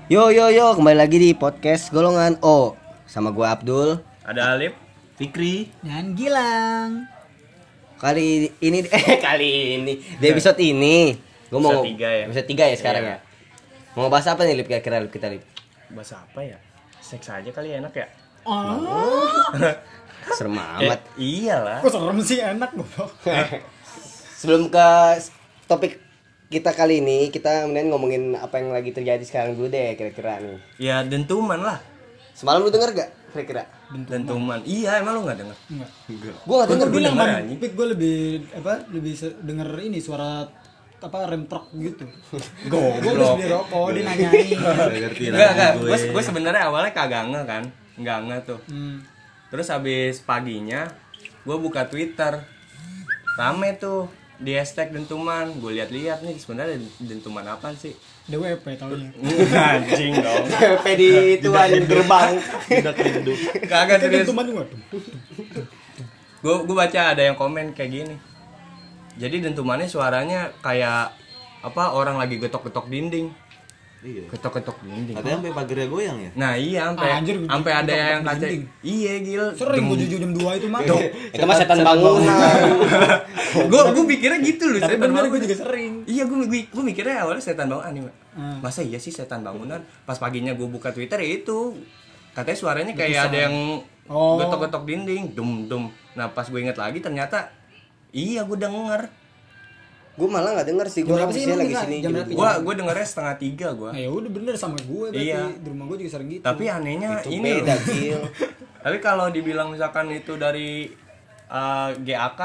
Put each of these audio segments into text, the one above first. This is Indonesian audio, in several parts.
Yo, kembali lagi di podcast Golongan O sama gue Abdul. Ada Alif, Fikri, Dan Gilang. Kali ini di episode ini gue mau Episode 3 ya. episode 3 ya sekarang Iya. ya. Mau bahas apa nih Lip, kira-kira Lip, kita Lip? bahasa apa ya? Seks aja kali enak ya? Serem amat. Iyalah. Kok serem sih, enak goblok. Sebelum ke topik kita kali ini, kita kemudian ngomongin apa yang lagi terjadi sekarang dulu deh kira-kira nih. Ya dentuman lah. Semalam lu denger gak kira-kira? Dentuman. Iya, emang lu enggak denger? Enggak. Gue gak denger Gue dulu. bilang denger, Bang anjing. Pik, gue lebih denger ini suara rem truk gitu. Gue habis beli rokok, dia nanyain. Enggak. Gue sebenarnya awalnya kagak nge kan. Enggak nge tuh. Terus habis paginya gue buka Twitter. Rame tuh di hashtag dentuman. Gue lihat-lihat nih sebenarnya dentuman apaan sih? DWP taunya. Anjing dong. DP di tuan gerbang. Kagak Itu serius. dentuman juga tuh. Gue baca ada yang komen kayak gini. Jadi dentumannya suaranya kayak apa, orang lagi getok-getok dinding. Iya. Getok-getok dinding. Katanya sampai pagarnya goyang ya? Nah iya Anjir, sampai ada getok-getok yang kaca. dinding. Iya gil. Sering gue jam 2 itu mah. Itu mah setan bangunan. Gue mikirnya gitu loh. Tapi setan bener gue bangunan. juga sering. Iya gue mikirnya awalnya setan bangunan nih. Masa iya sih setan bangunan? Pas paginya gue buka Twitter ya itu katanya suaranya kayak ada yang Oh. getok-getok dinding, dum. Nah pas gue inget lagi ternyata iya gue denger. Gue malah nggak denger sih, gue Jam berapa sih posisinya emang lagi bisa? sini Jam jam berapa? Gue dengernya 2:30 gue. Nah, ya udah bener sama gue berarti. Iya. Di rumah gue juga sering gitu. Tapi anehnya itu ini beda loh. Gil. Tapi kalau dibilang misalkan itu dari GAK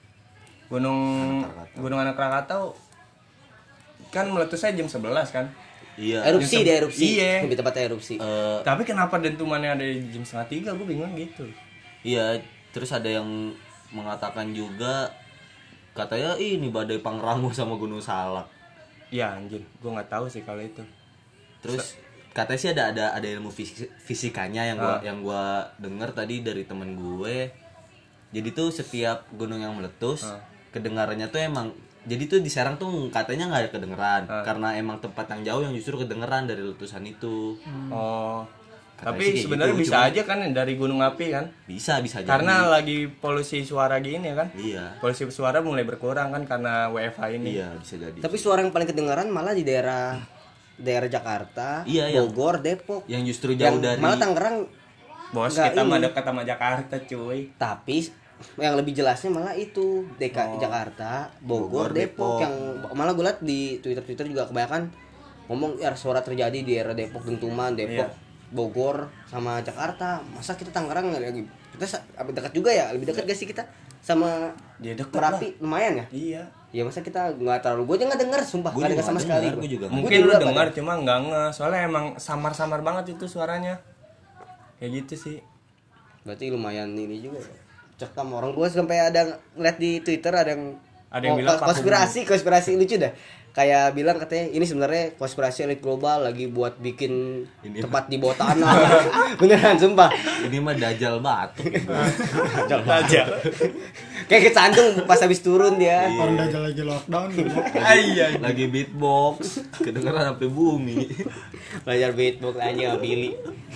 Gunung Anak Krakatau kan meletusnya jam 11 kan. Iya. Erupsi dia erupsi. Iya. Lebih tepatnya erupsi. Tapi kenapa dentumannya ada di jam 2:30 gue bingung gitu. Iya, terus ada yang mengatakan juga katanya ini badai Pangrango sama Gunung Salak. Ya anjir, gue nggak tahu sih kalau itu. Terus katanya sih ada ilmu fisikanya yang gua denger tadi dari temen gue. Jadi tuh setiap gunung yang meletus kedengarannya tuh emang, jadi tuh di Serang tuh katanya nggak ada kedengeran karena emang tempat yang jauh yang justru kedengeran dari letusan itu. Oh. Katanya sih Tapi kayak sebenarnya gitu, bisa cuman- aja kan dari gunung api kan? Bisa jadi. Karena lagi polusi suara gini kan? Iya. Polusi suara mulai berkurang kan karena WFH ini. Iya, bisa jadi. Tapi suara yang paling kedengaran malah di daerah Jakarta, Iya, yang- Bogor, Depok. yang justru jauh dari Malah Tangerang. Bos, Nggak kita mah ini. dekat sama Jakarta, cuy. Tapi yang lebih jelasnya malah itu Jakarta, Bogor, Bogor, Depok. Depok. Yang malah gue liat di Twitter juga kebanyakan ngomong ya suara terjadi di daerah Depok, Dentuman, Depok, Iya. Bogor sama Jakarta. Masa kita Tangerang nggak lagi? Kita dekat juga ya, lebih dekat gak sih kita sama Dia dekat Merapi? Lumayan ya. Iya. Ya masa kita nggak terlalu, gue aja nggak denger, sumpah Gue nggak denger juga sama nggak sekali. denger, gue juga nggak Mungkin lu juga dengar pada- cuma enggak nge. Soalnya emang samar-samar banget itu suaranya. Kayak gitu sih. Berarti lumayan ini juga ya. Cekam orang gue sampai ada ngeliat di Twitter ada yang bilang konspirasi lucu dah. Kayak bilang katanya ini sebenarnya konspirasi elit global lagi buat bikin Ini tempat di bawah tanah. Beneran sumpah. ini mah dajal batuk. aja. Kayak kecantung pas habis turun dia. Orang Dajjal lagi lockdown gitu. Iya. Lagi beatbox, kedengeran sampai bumi. Belajar beatbox aja sama Billy.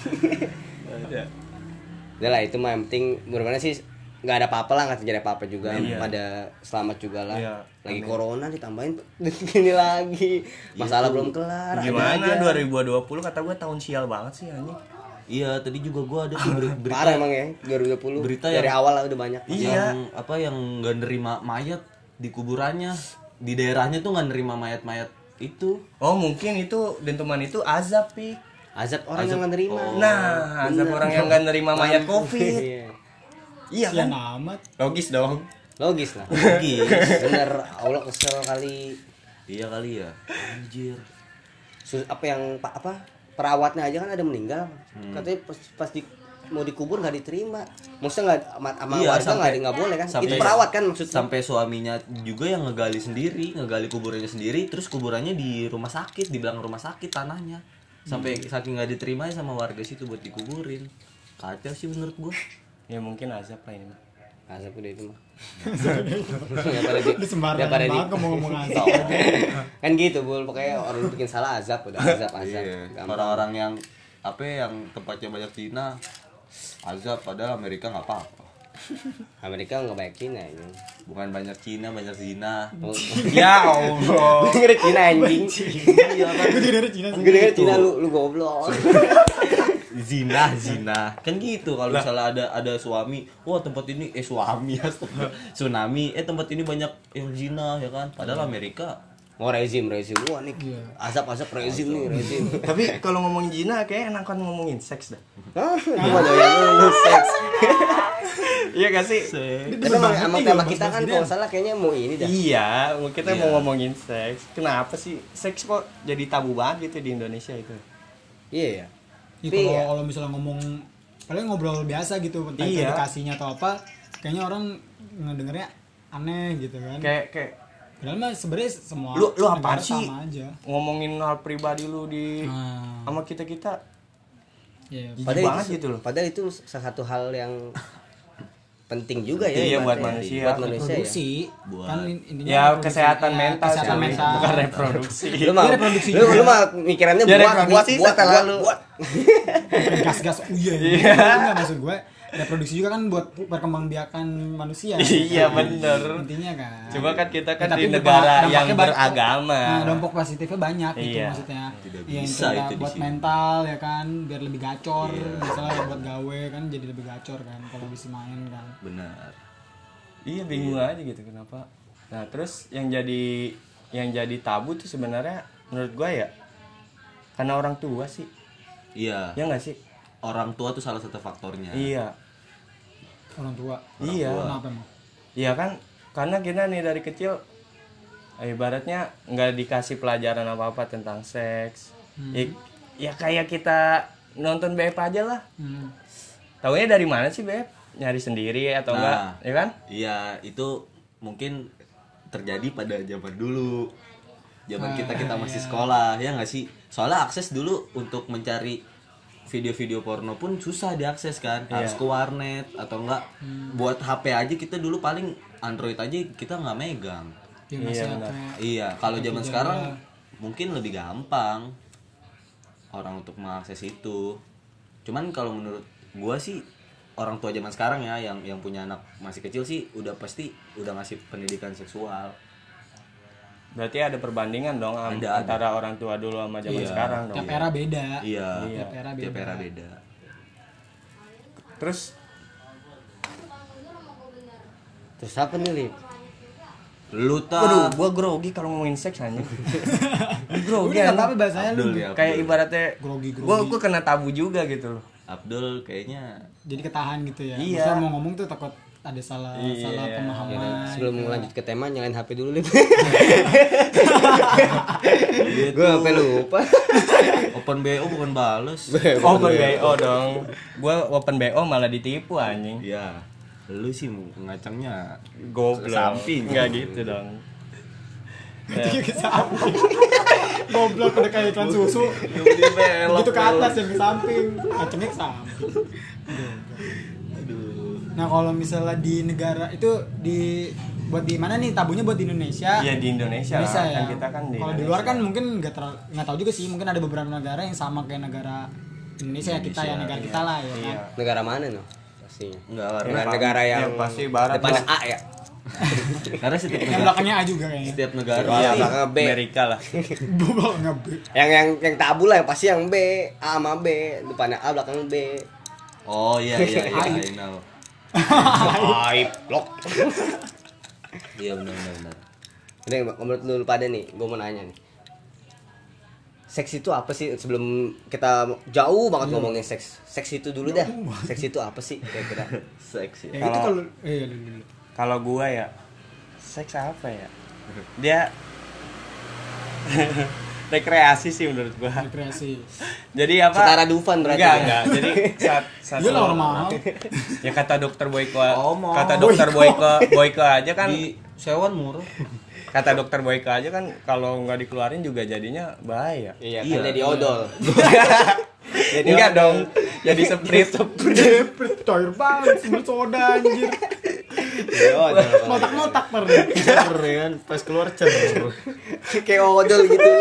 Udah lah itu mah yang penting mudah-mudahan sih nggak ada apa-apa lah, nggak terjadi apa-apa juga, Iya. pada selamat juga lah. Iya, Lagi amin. corona ditambahin gini lagi, masalah belum kelar. ada Gimana aja. 2020 kata gue tahun sial banget sih anjing. Iya, tadi juga gua ada tuh berita Parah emang ya 2020. Berita dari yang- awal lah udah banyak. Iya. yang nggak nerima mayat di kuburannya, di daerahnya tuh nggak nerima mayat-mayat itu. Oh mungkin itu dentuman itu azab Pik. Azab orang yang nggak nerima. Nah, azab orang yang nggak nerima mayat covid. Iya. Iya Ya kan? amat. Logis dong. Logis lah. Logis. Bener, Allah kesel kali. Iya kali ya. Anjir. Apa yang perawatnya aja kan ada meninggal. Katanya pas mau dikubur nggak diterima. Maksudnya nggak sama Iya, warga nggak boleh kan? Itu perawat kan maksudnya. Sampai suaminya juga yang ngegali kuburannya sendiri, terus kuburannya di rumah sakit, di belakang rumah sakit tanahnya. Sampai saking nggak diterima sama warga situ buat dikuburin. Kacau sih menurut gua. Ya mungkin azab lah ini. Azab udah itu mah. Lu sembarangan banget ngomong azab. Kan gitu, Bul. Pokoknya orang bikin salah azab udah azab. Iya. Gampang. Orang-orang yang yang tempatnya banyak Cina azab, padahal Amerika nggak apa-apa. Amerika nggak banyak Cina ini. Bukan banyak Cina, banyak zina. Ya Allah. Gue denger Cina anjing. Iya kan? Gue juga dari Cina sih. Gue denger Cina lu goblok. Zina kan gitu. Kalau misalnya ada suami, wah tempat ini suami astaga. Tsunami, tempat ini banyak yang zina ya kan. Padahal Amerika Mau rezim wah nih. Azab rezim nih, rezim. Tapi kalau ngomongin zina kayak enakan ngomongin seks dah. Cuma doyan lu seks. Iya gak sih? Tapi emang tema kita kan kalau salah kayaknya mau ini dah. Iya, kita mau ngomongin seks. Kenapa sih seks kok jadi tabu banget gitu di Indonesia itu? Iya ya. Ya, kalau misalnya ngomong paling ngobrol biasa gitu tentang edukasinya atau apa, kayaknya orang ngedengernya aneh gitu kan. Kayak padahal mah sebenarnya semua lu apa negara sih sama aja. ngomongin hal pribadi lu di sama kita Iya. banget gitu loh. Padahal itu salah satu hal yang penting juga ya. Iya, buat ibaratnya. manusia. Buat manusia ya. Reproduksi Buat- kan intinya Ya reproduksi. kesehatan Ya, mental, kesehatan cuy. mental. Bukan reproduksi. Lu mah reproduksi lu juga. mah mikirannya Ya, buat reproduksi setelah lu. Bukan gas-gas iya. Enggak maksud gue reproduksi juga kan buat perkembangbiakan manusia. Iya, bener. Intinya kan. Coba kan kita kan Tapi di negara dampaknya yang banyak. beragama. Nah, dampak positifnya banyak gitu Iya. maksudnya. Tidak Iya, bisa kayak itu di buat sini. mental ya kan, biar lebih gacor. Iya. Misalnya buat gawe kan jadi lebih gacor kan kalau bisa main kan. benar. Iya, bingung aja gitu kenapa. Nah, terus yang jadi tabu tuh sebenarnya menurut gua ya karena orang tua sih. Iya. Ya enggak sih? Orang tua tuh salah satu faktornya. Iya. Orang tua. Iya. Kenapa emang? Iya kan, karena kita nih dari kecil ibaratnya nggak dikasih pelajaran apa-apa tentang seks. Ya kayak kita nonton BF aja lah. Taunya dari mana sih BF? Nyari sendiri atau enggak? Ya kan? Iya, itu mungkin terjadi pada zaman dulu. Zaman kita masih sekolah, ya nggak sih? Soalnya akses dulu untuk mencari video-video porno pun susah diakses kan. Harus ke warnet atau enggak buat HP aja kita dulu paling Android aja kita nggak megang. Ya, masih benar. apa? Iya, kalau zaman sekarang mungkin lebih gampang orang untuk mengakses itu. Cuman kalau menurut gua sih orang tua zaman sekarang ya yang punya anak masih kecil sih udah pasti udah ngasih pendidikan seksual. Berarti ada perbandingan dong Ada. antara orang tua dulu sama zaman Iya. sekarang dong. Tiap era beda. Iya. Tiap era beda. Tiap era beda. Terus Terus apa nih, Lip? Lu waduh, tak gua grogi kalau ngomongin seks anjing. grogi Udah enggak anjing. apa-apa bahasanya lu. Abdul ya. Kayak ibaratnya Grogi-grogi. gua kena tabu juga gitu loh. Abdul kayaknya Jadi ketahan gitu ya. Iya. Maksudnya mau ngomong tuh takut ada salah Iya. pemahaman. Sebelum lanjut ke tema nyalain HP dulu, Lip. Gitu. Gue sampai lupa. Open BO bukan bales. Open BO dong. Gua open BO malah ditipu anjing. Iya. Lu sih ngacangnya Goblok. samping. Enggak gitu dong. Ke samping. Goblok udah kayak iklan susu. Gitu ke atas yang ke samping. Kacangnya ke samping. Nah, kalau misalnya di negara itu buat di mana nih tabunya buat di Indonesia? Iya, di Indonesia lah. ya. Kan kita kan di Kalau di Indonesia. luar kan mungkin nggak tahu juga sih, mungkin ada beberapa negara yang sama kayak negara Indonesia, kita ya negara kita lah ya kan. Iya. Negara mana no? Pastinya. Enggak karena Negara yang Ya, pasti barat depannya lah. A ya. karena setiap Yang negara belakangnya A juga kayaknya. setiap negara Iya, belakangnya B. Amerika lah. Bobol nggak B. Yang tabu lah yang pasti yang B, A sama B, depannya A belakangnya B. Oh iya I know. Aib, blok. Iya benar. Udah, menurut lu pada nih, gue mau nanya nih. Seks itu apa sih sebelum kita jauh banget ngomongin seks? Seks itu dulu dah. Seks itu apa sih kira-kira? Seksi. Ya itu kalau dulu. Kalau gua ya seks apa ya? Dia rekreasi sih menurut gua. Rekreasi. Jadi apa? Setara Dufan berarti. Enggak. Jadi saat Iya normal. Ya kata dokter Boyko, Oh, mau. kata dokter Boyko aja kan, Di sewan murah. kata dokter Boyko aja kan kalau nggak dikeluarin juga jadinya bahaya. Iya, Iya. kan jadi odol. Enggak dong, jadi sprit. Cair banget, semut soda anjir. Notak-notak per. Kan pas keluar cer. Kayak odol gitu.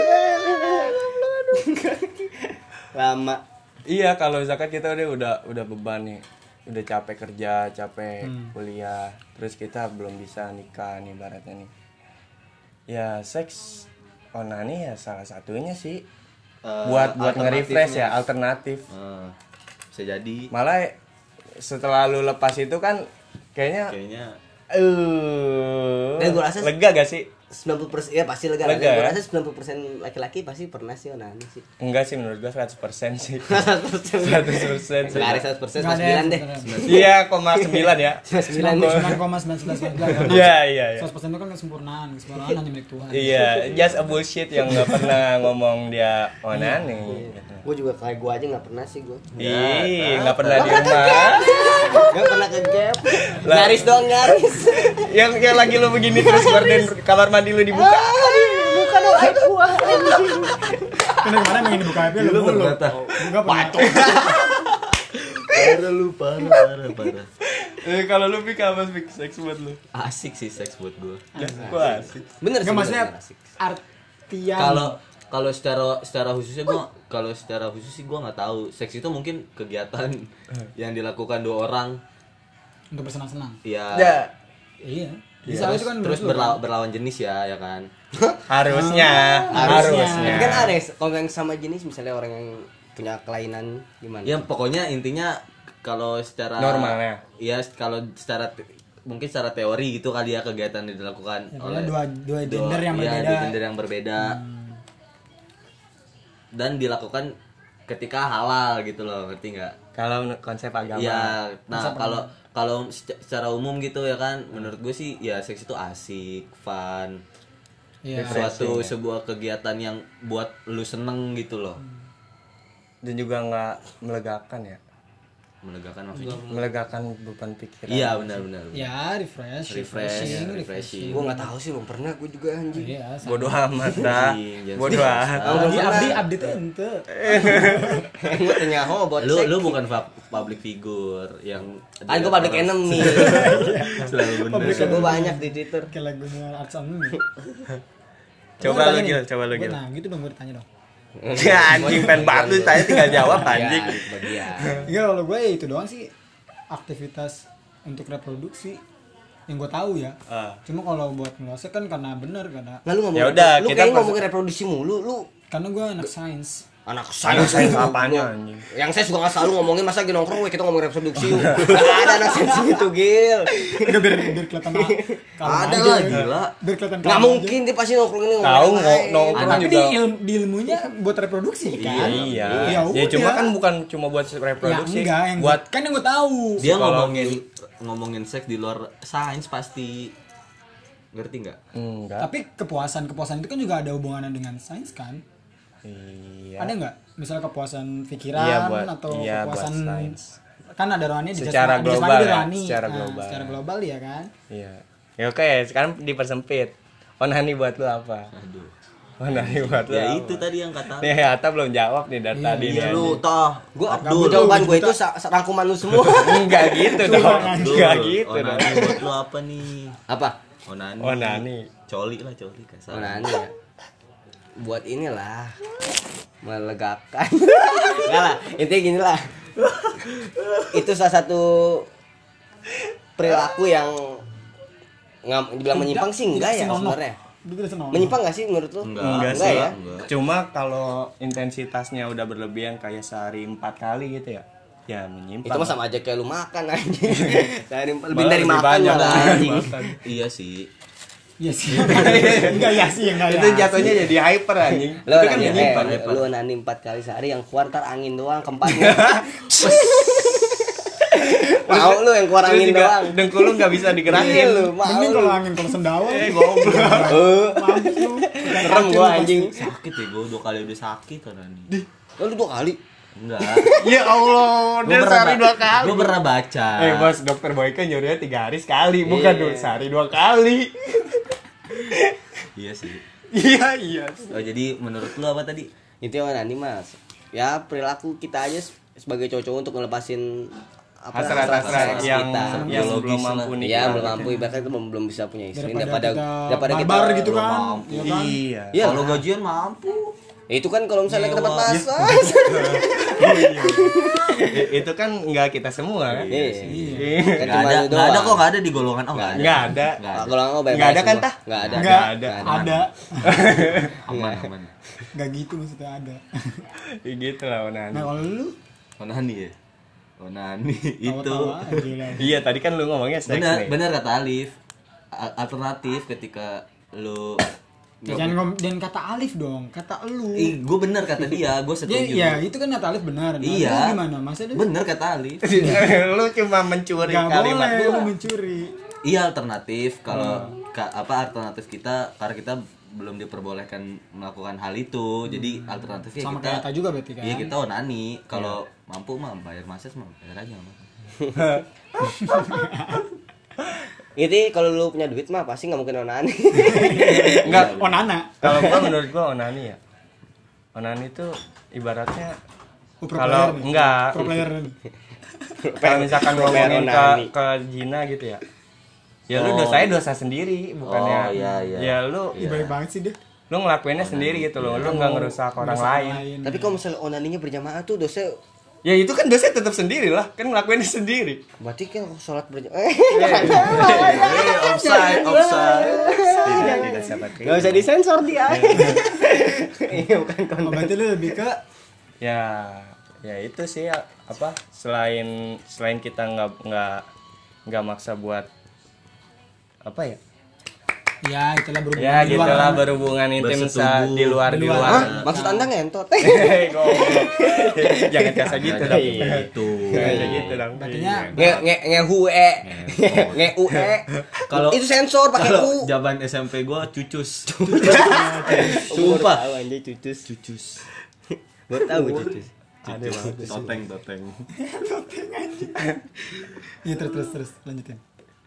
Lama. Iya, kalau misalkan kita udah beban nih, udah capek kerja, capek kuliah, terus kita belum bisa nikah nih ibaratnya nih. Ya seks onani ya salah satunya sih. Buat nge-refresh ya, alternatif. Bisa jadi. Malah setelah lu lepas itu kan kayaknya Gua rasa lega gak sih? 90% ya pasti lega. Lega, Gua ya? rasa 90% laki-laki pasti pernah sih onani sih. Enggak sih, menurut gua 100% sih. 100%. 100% sih. Lari 100%, 9 deh. Iya, 9 ya. 9 deh. 99,999. Iya. 100% itu kan kesempurnaan hanya milik Tuhan. Iya, just a bullshit yang nggak pernah ngomong dia onani. Gue juga kayak gue aja nggak pernah sih gue. Ih, nggak pernah di rumah. Nggak pernah ke gap. Nyaris doang nyaris. Yang lagi lu begini terus gorden kamar mandi lu dibuka. Buka dong aib gua. Karena kemarin emang ini buka aib lu mulu. Enggak patok. Parah. Kalau lu pik apa pik seks buat lu? Asik sih seks buat gue. Ya, gua asik. Bener sih. Enggak maksudnya bener, asik. artian. Kalau secara khususnya sih gue nggak tahu. Seks itu mungkin kegiatan yang dilakukan dua orang. Untuk bersenang-senang. Ya. Iya. Terus, Itu kan terus menurut lu. berlawan jenis ya kan. Harusnya. Tapi kan ada kalau yang sama jenis misalnya orang yang punya kelainan gimana? Ya pokoknya intinya kalau secara Normalnya. ya kalau mungkin secara teori gitu kali ya kegiatan yang dilakukan Ya, oleh dua gender yang berbeda. dua gender yang berbeda. Dan dilakukan ketika halal gitu loh, ngerti nggak? Kalau konsep agama. Iya, nah kalau secara umum gitu ya kan, menurut gue sih ya seks itu asik, fun, Iya. sebuah kegiatan yang buat lu seneng gitu loh. Dan juga nggak melegakan ya. Melegakan maksudnya. Melegakan beban pikiran. Iya benar. Ya, refreshing. Gue nggak tahu sih, belum pernah gue juga anjing. Iya, sama. Bodoh amat dah. Anjing, jangan Bodoh sedih. amat. Abdi tuh ente. Gue tanya buat Lu seks. bukan public figure yang Kan gue public enemy. selalu bener. Gue banyak di Twitter. Kayak lagunya Arts Anum. Coba lu Gil, coba lu Gil. Nah, gitu dong gue ditanya dong. Ya anjing pengen banget lu tanya tinggal jawab anjing. Ya, itu bagian. Enggak, kalau gue ya itu doang sih aktivitas untuk reproduksi yang gue tahu ya. Cuma kalau buat ngelosek kan karena bener karena Nah, lu ngomong. Ya udah, lu kita kayak ngomongin reproduksi mulu, lu karena gue anak sains. anak sains apanya anjing. Yang saya juga nggak selalu ngomongin masa lagi nongkrong kita ngomongin reproduksi. Nggak ada anak sains gitu, Gil. Enggak biar kelihatan kalem Ada aja, lah, ya. gila. Biar kelihatan Nggak kalem mungkin dia pasti nongkrong ini Tahu ngomongin yang lain. nongkrong aja. Tapi juga. di ilmunya buat reproduksi kan. Iya. Ya Ya cuma udah. kan bukan cuma buat Ya reproduksi. enggak, yang Buat kan yang gue tahu. Dia Psikologi. ngomongin seks di luar sains pasti. Ngerti nggak? enggak. Tapi kepuasan itu kan juga ada hubungannya dengan sains kan? Iya. Ada nggak? Misalnya kepuasan pikiran Iya, buat- atau iya, buat kepuasan sains. kan ada rohani di Secara jasmani, global di ya, rohani. secara Nah, global. secara global ya kan. Iya. Ya oke, sekarang dipersempit. Onani buat lu apa? Aduh. Onani buat lu. Ya apa? itu tadi yang kata. Nih Atta belum jawab nih dari tadi nih. Lu anjing. toh. Gue jawaban gue itu rangkuman lu semua. Enggak gitu dong. Enggak gitu dong. Onani buat lu apa nih? Apa? Onani. Onani. Coli kasar. Onani ya. Buat inilah melegakan. Enggak lah, intinya gini lah. Itu salah satu perilaku yang dibilang menyimpang sih enggak ya sebenarnya. Menyimpang enggak sih menurut lu? Enggak Enggak sih. ya. Cuma kalau intensitasnya udah berlebihan kayak sehari 4 kali gitu ya. Ya menyimpang. Itu mah sama aja kayak lu makan anjing. Lebih Malah dari lebih makan banyak malah dari anjing. makan. Iya sih. Iya sih. Enggak ya sih, enggak ya. Itu jatuhnya jadi hyper anjing. Lo Itu kan nanya, menyimpang. lu nani 4 kali sehari yang keluar ntar angin doang keempatnya. Mau lu yang keluar Terus angin juga doang. dengkul lu enggak bisa Iya digerakin. lu, mau Mending lu. kalau angin kalau sendawa. Goblok. Mampus lu. Serem gua anjing. Sakit ya gue 2 kali udah sakit Onani. Lu 2 kali. Enggak. Ya Allah, dia sehari 2 kali. Gue pernah baca. Bos, dokter Boyka nyuruhnya 3 hari sekali, bukan Iya. sehari 2 kali. Iya sih. Iya. Oh, jadi menurut lu apa tadi? Itu yang nani mas. Ya perilaku kita aja sebagai cowok-cowok untuk ngelepasin hasrat yang biologis belum mampu lah. nikah. Iya, belum mampu ibaratnya itu belum bisa punya istri daripada daripada kita barbar gitu belum kan. mampu. Iya kan? Iya. Iya. Kalau gajian mampu. Itu kan kalau misalnya ke tempat Nyewa. massage. Itu kan enggak kita semua kan? Iya. Kan Nggak cuma ada, lu nggak ada doang. kok, nggak ada di golongan. Oh, nggak ada. Enggak ada. Nggak ada. Kalau nggak Nggak ada kan, Tah? Nggak ada. Enggak ada. ada. Aman, aman. Enggak gitu maksudnya ada. Ya gitu lah onani. Nah, kalau lu Onani ya? Onani itu. tahu-tahu aja lah. Iya, tadi kan lu ngomongnya seks Benar, nih. benar kata Alif. Alternatif ketika lu Jangan kata Alif dong, kata lu. gue bener kata dia, gue setuju. Ya, itu kan kata Alif benar. Nah, Iya. lu gimana? Masa lu Bener kata Alif. Lu cuma mencuri Gak kalimat boleh, gua. lu mencuri. Iya alternatif kalau alternatif kita karena kita belum diperbolehkan melakukan hal itu. Jadi alternatifnya Sama kita kayak Ata juga berarti kan? Iya, kita onani. Kalau mampu mah bayar massage mah bayar aja mah. Ini kalau lu punya duit mah pasti nggak mungkin onani. Enggak, Onana. kalau gua menurut gua onani ya. Onani itu ibaratnya Oh, pro kalau player nih. enggak Pro player nih. kalau misalkan ngomongin onani. ke zina gitu ya. Ya lu dosanya dosa sendiri, bukannya. Oh, iya. Ya lu Ih, baik banget sih dia. lu ngelakuinnya sendiri gitu loh. Lu nggak ngerusak orang lain. Tapi kalau misalnya onaninya berjamaah tuh dosa, Ya itu kan dosa tetap sendiri lah, kan ngelakuinnya sendiri. berarti kan sholat berjamaah. Offside. Tidak siapa Gak usah disensor dia. Iya bukan konten. Oh, berarti lu lebih ke Ya itu sih ya, apa selain kita nggak maksa buat apa ya? ya itulah berhubungan Ya di luar gitulah sana. berhubungan intim Bersetubuh. di luar. Hah? Maksud anda ngentot? Hei, goblok. Jangan kasar gitu dong. Itu. Kayak gitu dong. Berartinya Ngehue. Ngehue. Kalau- itu sensor pakai Kalau u. zaman SMP gue cucus. Sumpah. Tahu anjay cucus. Cucus. Gua tahu cucus. Toteng. ya terus lanjutin.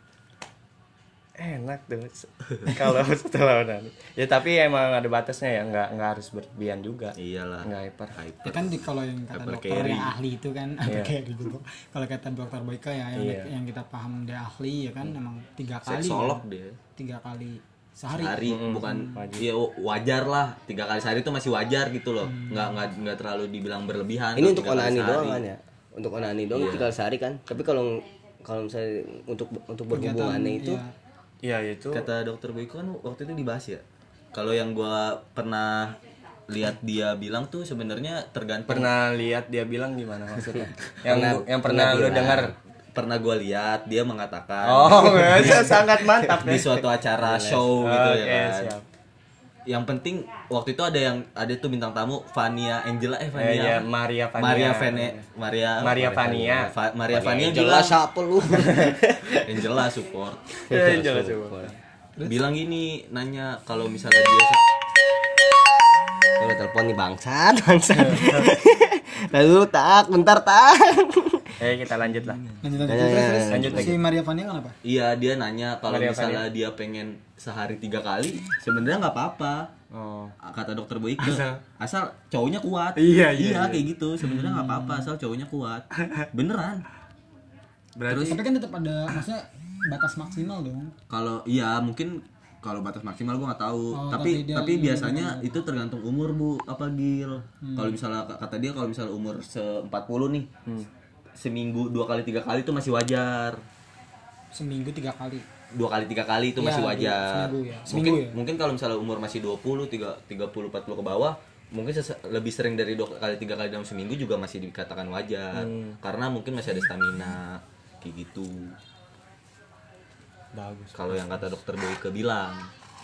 Enak tuh kalau setelah onani. Ya tapi emang ada batasnya ya, nggak harus berlebihan juga. Iyalah. Nggak hyper. Ya kan kalau yang kata Hyper dokter carry. yang ahli itu kan kayak gitu. Kalau kata dokter Boyka ya yang kita paham dia ahli ya kan emang 3 kali. Seksolog ya. dia. 3 kali sehari. Sehari bukan ya wajar lah 3 kali sehari itu masih wajar gitu loh, nggak terlalu dibilang berlebihan. Ini kalau untuk 3 kali onani sehari. doang kan ya? Untuk onani doang Iya. 3 kali sehari kan. Tapi kalau misalnya untuk berhubungannya itu Iya itu. Kata dokter Boyko kan waktu itu dibahas ya, kalau yang gua pernah lihat dia bilang tuh sebenarnya tergantung. Pernah lihat dia bilang gimana maksudnya? yang pernah pernah lu bilang. dengar. Pernah gua lihat dia mengatakan Oh, sangat mantap di suatu acara show gitu Oke, ya kan. siap. Yang penting waktu itu ada tuh bintang tamu Vania Angela Iya, apa? Maria Vania. Maria Vania. Maria Vania jelas bilang siapa lu? Angela support. Iya, jelas coba. Bilang gini, nanya kalau misalnya dia Kalau telepon nih bangsat. Lalu bentar. Kita lanjut lah. Lanjut lagi. Si Maria Vania kan apa? iya dia nanya kalau Maria misalnya dia pengen sehari 3 kali sebenarnya nggak apa-apa. Oh. Kata dokter Boyke asal cowoknya kuat. Iya, kayak gitu sebenarnya nggak apa-apa asal cowoknya kuat. Beneran. Berarti Tapi kan tetap ada maksudnya batas maksimal dong. Kalau iya mungkin kalau batas maksimal gua nggak tahu. Oh, tapi tapi dia- biasanya itu tergantung umur Bu apa Gil. Kalau misalnya kata dia kalau misalnya umur 40 nih. Seminggu 2 kali 3 kali itu masih wajar. Seminggu 3 kali. 2 kali 3 kali itu Iya, masih wajar. seminggu ya. Mungkin Seminggu ya. mungkin kalau misalnya umur masih 20, 30, 40 ke bawah, mungkin lebih sering dari 2 kali 3 kali dalam seminggu juga masih dikatakan wajar. Karena mungkin masih ada stamina kayak gitu. bagus. Kalau yang kata dokter Boyke bilang.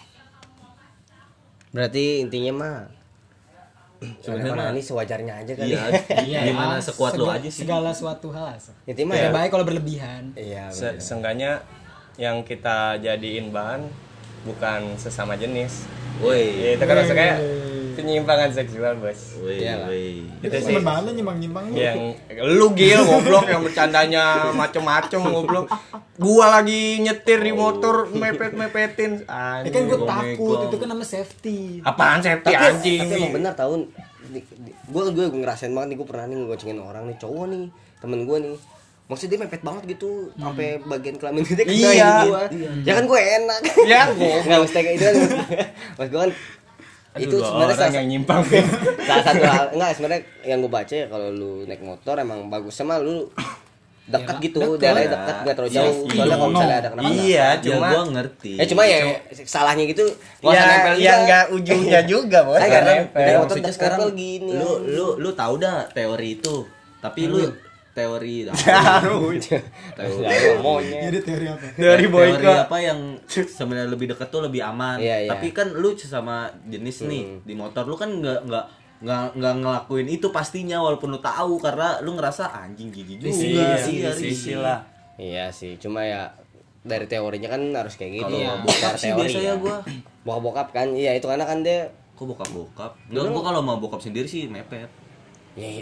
Berarti intinya mah sebenarnya ini sewajarnya aja kali. Iya, gimana sekuat lo aja sih. Segala suatu hal. Intinya mah Tidak ya. baik kalau berlebihan. Iya. Seenggaknya yang kita jadiin bahan bukan sesama jenis. Woi. Ya, itu kan maksudnya penyimpangan seksual, Bos. Woi, Iyalah. woi. Itu sih. Temen banget nyimbang-nyimbang lu. Yang lu Gil goblok yang bercandanya macem-macem goblok. Gua lagi nyetir di motor mepet-mepetin. Ya kan gue Oh my takut, God. itu kan namanya safety. Apaan safety anjing? Tapi emang benar tahun gue ngerasain banget nih, gue pernah nih ngegocengin orang nih, cowok nih, temen gue nih, maksudnya dia mepet banget gitu sampai bagian kelamin dia kena Iya. gua. Ya kan gue enak. Ya, Enggak mesti kayak itu kan. Mas gue kan itu sebenarnya orang yang nyimpang. salah satu hal enggak sebenarnya yang gue baca ya kalau lu naik motor emang bagusnya mah lu dekat Ya, gitu, dekat. daerahnya dekat enggak terlalu jauh. Iya, Soalnya kalau misalnya ada kenapa Iya, Ya cuma gua ngerti. cuma ya salahnya gitu nggak usah nempel ya juga. enggak ujungnya juga, Bos. Saya karena Nempel. udah motor Maksudnya udah sekarang nempel gini. lu tahu dah teori itu. Tapi lu teori Jadi teori apa? Dari teori boycott. apa yang sebenarnya lebih dekat tuh lebih aman. Iya, iya. Tapi kan lu sama jenis nih di motor lu kan nggak ngelakuin itu pastinya walaupun lu tahu karena lu ngerasa anjing gigi juga Iya, risih. sisi lah. Iya sih, cuma ya dari teorinya kan harus kayak gitu. Kalau Ya, bokap secara sih teori biasanya ya. gua. Bokap kan, iya itu karena kan dia Kok bokap? Enggak, gua kalau mau bokap sendiri sih mepet. ya,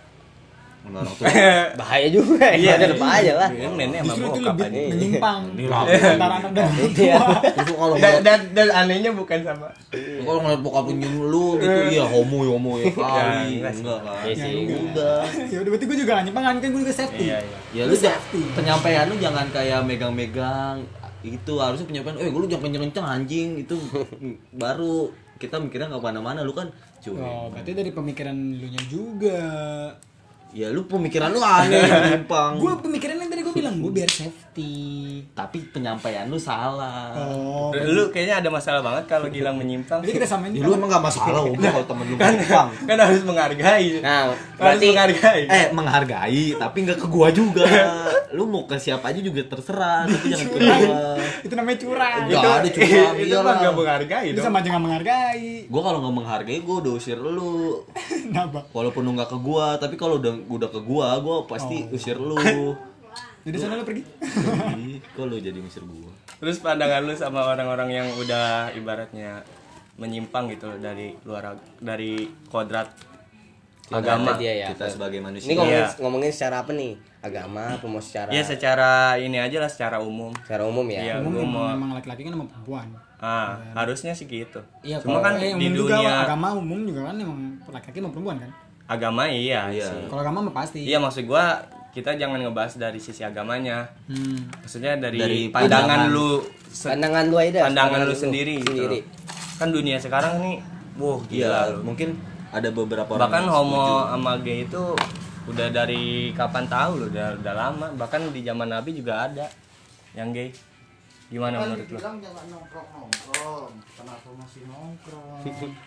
Sama orang tua. bahaya juga. Iya, ada bahaya lah. Yang nenek sama Justru itu bokap lebih aja. menyimpang Iya. antara anak dan orang Iya. tua. Itu kalau Dan anehnya bukan sama. kalau ngeliat bokap lu nyium lu gitu, iya homo ya kali. enggak sih. Enggak kan. Iya sih. Udah. Ya udah berarti gue juga gak nyimpang kan gue juga safety. Iya. Ya lu penyampaian lu jangan kayak megang-megang itu harusnya penyampaian lu jangan kenceng-kenceng anjing itu baru kita mikirnya nggak kemana-mana lu kan cuy. Oh, berarti dari pemikiran lu nya juga. Ya lu pemikiran lu aneh menyimpang. Gue pemikirannya tadi gue bilang gue biar safety. Tapi penyampaian lu salah. Oh, Lu kayaknya ada masalah banget kalau Gilang menyimpang. jadi kita samain Ya, lu emang gak masalah udah kalau temen lu menyimpang. Kan harus menghargai. Nah, Harus berarti menghargai. Menghargai tapi nggak ke gua juga. Lu mau ke siapa aja juga terserah, tapi jangan ke gua. itu namanya curang. Nggak ada curang, Itu iyalah. mah enggak menghargai Itu dong. sama aja gak menghargai. Gua kalau nggak menghargai gua udah usir lu. Kenapa? Walaupun lu nggak ke gua, tapi kalau udah ke gua pasti usir lu. Jadi sana lu pergi. Ih, kok lu jadi ngusir gua? Terus pandangan lu sama orang-orang yang udah ibaratnya menyimpang gitu dari kodrat agama. dia ya. Kita sebagai manusia. Ini ngomongin, Iya. ngomongin secara apa nih? Agama apa mau secara Iya secara ini aja lah, secara umum. secara umum ya? Iya, Umum gua mau memang laki-laki kan sama perempuan. harusnya sih gitu. Iya, Cuma kan di umum juga, dunia agama umum juga kan emang laki-laki sama perempuan kan. agama iya Iya. sih. Kalau agama mah pasti. Iya maksud gua kita jangan ngebahas dari sisi agamanya. Maksudnya dari Dari pandangan pandangan. lu Pandangan lu aja dah, pandangan lu sendiri gitu. sendiri. Kan dunia sekarang nih, wah gila Iya, lu. mungkin ada beberapa orang Bahkan yang homo setuju. sama gay itu udah dari kapan tahu lu, udah lama. Bahkan di zaman Nabi juga ada yang gay. Gimana menurut lu? Bilang jangan nongkrong, kenapa masih nongkrong?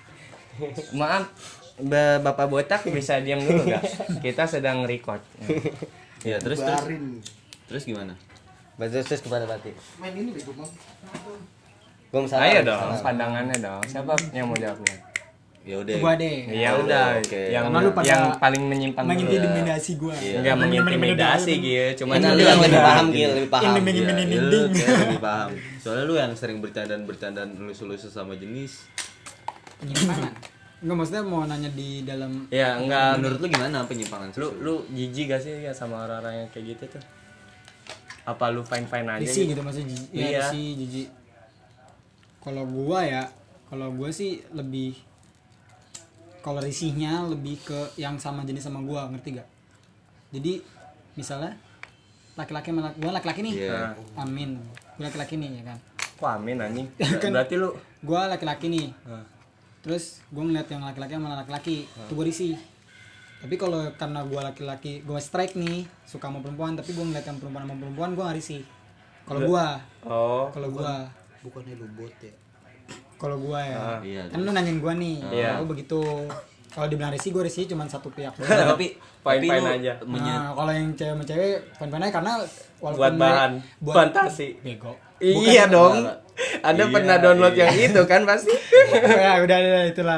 Maaf, Bapak botak bisa diam dulu nggak? Kita sedang record. Iya, terus Barin. terus gimana? Terus kepada berarti. Main ini bego bang. Gua salah. Ayo dong, pandangannya dong. Siapa yang mau jawabnya? Ya udah. Gua deh. Ya udah, Oke. yang Karena lu pada yang paling menyimpang dulu. mengintimidasi gua. Iya. Enggak mengintimidasi gitu, cuman Karena lu lu yang lebih Iya, paham gini. Gil, lebih paham. Ini Iya, mengintimidasi lu dinding. kayak lebih paham. Soalnya lu yang sering bercandaan elus-elus sama jenis. Penyimpangan. Enggak maksudnya mau nanya di dalam ya enggak Menurut lu gimana penyimpangan lu seksual? lu jijik gak sih ya sama orang-orang yang kayak gitu tuh? Apa lu fine-fine aja risih gitu? gitu maksudnya jijik. Iya. Iya, risih, jijik. Kalau gua sih lebih kalau risihnya lebih ke yang sama jenis sama gua, ngerti gak? Jadi misalnya laki-laki sama gua laki-laki nih. Iya. Amin. Gua laki-laki nih ya kan. Kok amin anjing? Kan- Berarti lu Gua laki-laki nih. Terus gue ngeliat yang laki-laki sama laki-laki, tuh gue risih. Tapi kalau karena gue laki-laki, gue strike nih, suka sama perempuan, tapi gue ngeliat yang perempuan sama perempuan, gue gak risih. Kalau gue, oh, kalau gue, Bukannya lu bot ya? kalau gue ya, Iya. kan lu nanyain gue nih, Iya. gue begitu. Kalau dibilang risih, gue risih cuma satu pihak doang. tapi fine-fine lu aja. Nah, kalau yang cewek sama cewek, fine-fine aja karena walaupun Buat bahan buat fantasi. bego. Iya dong. Ada Iya, pernah download iya. yang itu kan pasti. Ya udah itulah.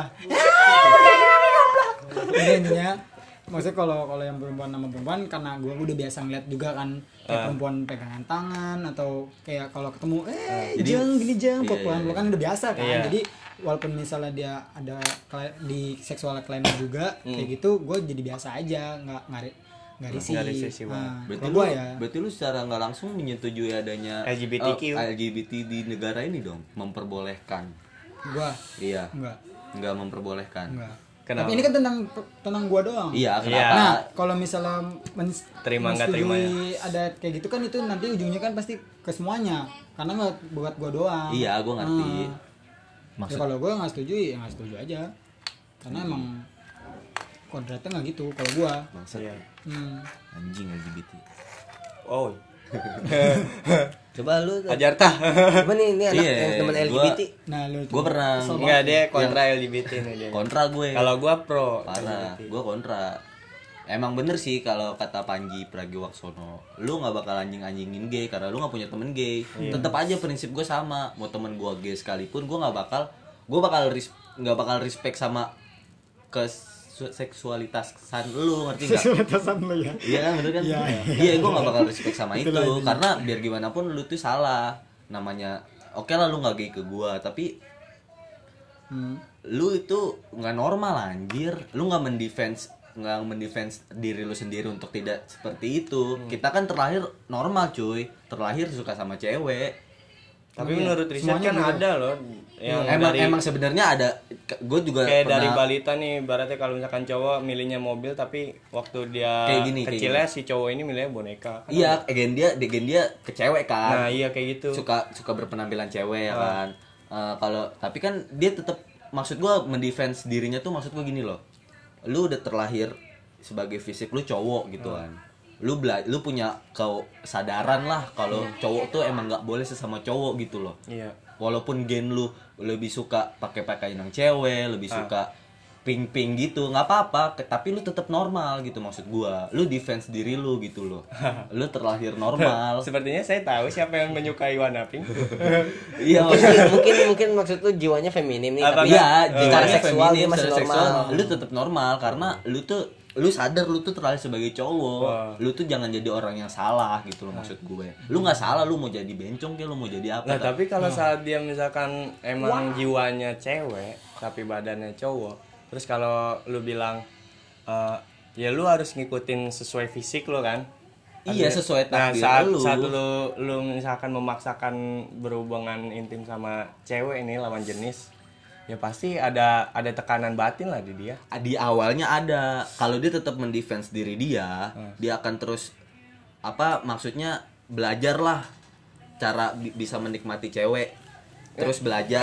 Udah intinya maksudnya kalau yang perempuan sama perempuan karena gue udah biasa ngeliat juga kan kayak perempuan pegangan tangan atau kayak kalau ketemu jeng gini jeng iya, pelan iya. kan udah biasa kan Iya. jadi walaupun misalnya dia ada di seksual kliennya juga kayak gitu gue jadi biasa aja nggak risih. Nggak risih sih, Bang. Nah, Berarti kalau lu, gue ya berarti lu secara nggak langsung menyetujui adanya LGBTQ. LGBT di negara ini dong, memperbolehkan. gue Iya, enggak nggak memperbolehkan. enggak Kenapa? Tapi ini kan tentang gua doang. Iya, Iya. kenapa? Nah, kalau misalnya Terima nggak menyetujui ada kayak gitu kan itu nanti ujungnya kan pasti ke semuanya. Karena nggak buat gua doang. Iya, gua ngerti. Ya kalau gua nggak setuju ya nggak setuju aja. Karena emang kodratnya nggak gitu kalau gua. Maksud Iya. anjing LGBT. Oh. Coba lu Ajar tah. coba nih ini anak Iya, yang teman gua- LGBT. Nah, lu Gue pernah Enggak, dia kontra LGBT nih dia. kontra gue. Kalau gua pro. Parah, gue kontra. Emang bener sih kalau kata Panji Pragiwaksono, lu nggak bakal anjing-anjingin gay karena lu nggak punya temen gay. Tetap aja prinsip gue sama. Mau temen gue gay sekalipun, gue nggak bakal respect sama ke seksualitasan lu, ngerti nggak? Seksualitasan lu ya. Iya kan bener kan? Iya. Iya, gue gak bakal respect sama itu Itulah intinya. karena biar gimana pun lu tuh salah. Namanya oke lah lu gak gay ke gue, tapi lu itu nggak normal anjir. Lu nggak mendefense diri lu sendiri untuk tidak seperti itu. Kita kan terlahir normal cuy, terlahir suka sama cewek. Tapi menurut riset Semuanya kan gitu. ada loh yang Emang sebenarnya ada. Gue juga kayak dari pernah balita nih, ibaratnya kalau misalkan cowok milihnya mobil tapi waktu dia Kayak gini, kecilnya si cowok ini milihnya boneka. Kan iya, gen dia ke cewek kan. Nah, iya kayak gitu. suka berpenampilan cewek ya kan. Kalau tapi kan dia tetap, maksud gua mendefense dirinya tuh, maksud gua gini loh, lu udah terlahir sebagai fisik lu cowok gitu kan, lu punya kesadaran lah kalau cowok tuh emang nggak boleh sesama cowok gitu loh. Iya. Walaupun gen lu lebih suka pakai yang cewek, lebih suka pink gitu, nggak apa-apa, tapi lu tetap normal gitu, maksud gua. Lu defense diri lu gitu loh. Lu terlahir normal. Sepertinya saya tahu siapa yang menyukai warna pink. Iya, mungkin maksud lu jiwanya feminim nih, Apa tapi iya, secara jiwanya seksual feminim, dia masih secara normal. seksual lu tetap normal karena lu sadar lu tuh terlahir sebagai cowok. Wah. Lu tuh jangan jadi orang yang salah gitu loh, maksud gue. Lu nggak salah, lu mau jadi bencong kayak lu mau jadi apa. Nah, tapi kalau saat dia misalkan emang jiwanya cewek tapi badannya cowok, terus kalau lu bilang ya lu harus ngikutin sesuai fisik lu kan? Iya, sesuai Nah, takdir saat lu. lu misalkan memaksakan berhubungan intim sama cewek ini lawan jenis, ya pasti ada tekanan batin lah di dia. Di awalnya ada, kalau dia tetap mendefense diri dia, dia akan terus maksudnya belajar lah cara bisa menikmati cewek, terus belajar.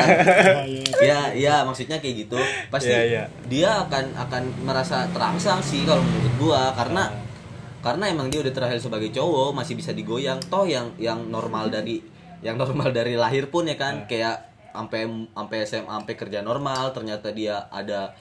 Ya maksudnya kayak gitu. Pasti Iya. dia akan merasa terangsang sih kalau menurut gua, karena emang dia udah terlahir sebagai cowok, masih bisa digoyang. Toh yang normal dari lahir pun ya kan, kayak sampai SMA, sampai kerja normal, ternyata dia ada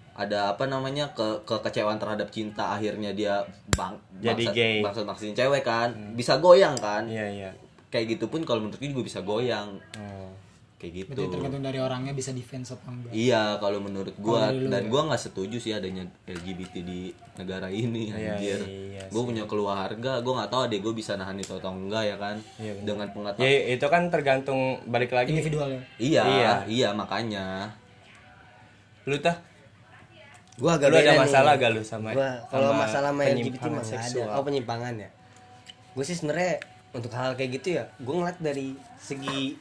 kekecewaan terhadap cinta, akhirnya dia Jadi gay. maksin cewek kan, bisa goyang kan. Iya. Kayak gitu pun kalau menurut gue juga bisa goyang. Kayak gitu. Berarti tergantung dari orangnya bisa defense apa enggak. Iya, kalau menurut gua, Kalau dari lu dan ya? gua nggak setuju sih adanya LGBT di negara ini, Iya, anjir. iya Gua punya keluarga, gua nggak tahu adek gua bisa nahan itu atau enggak ya kan. Iya, bener. Dengan pengetahuan. Ya itu kan tergantung, balik lagi. Individual ya. Iya, makanya. Lu tah Gua agak Lu ada beda nih. masalah gak lu sama Kalau sama masalah sama LGBT penyimpangan mah nggak ada. seksual? Oh, penyimpangan ya. Gue sih sebenarnya untuk hal kayak gitu ya, gue ngeliat dari segi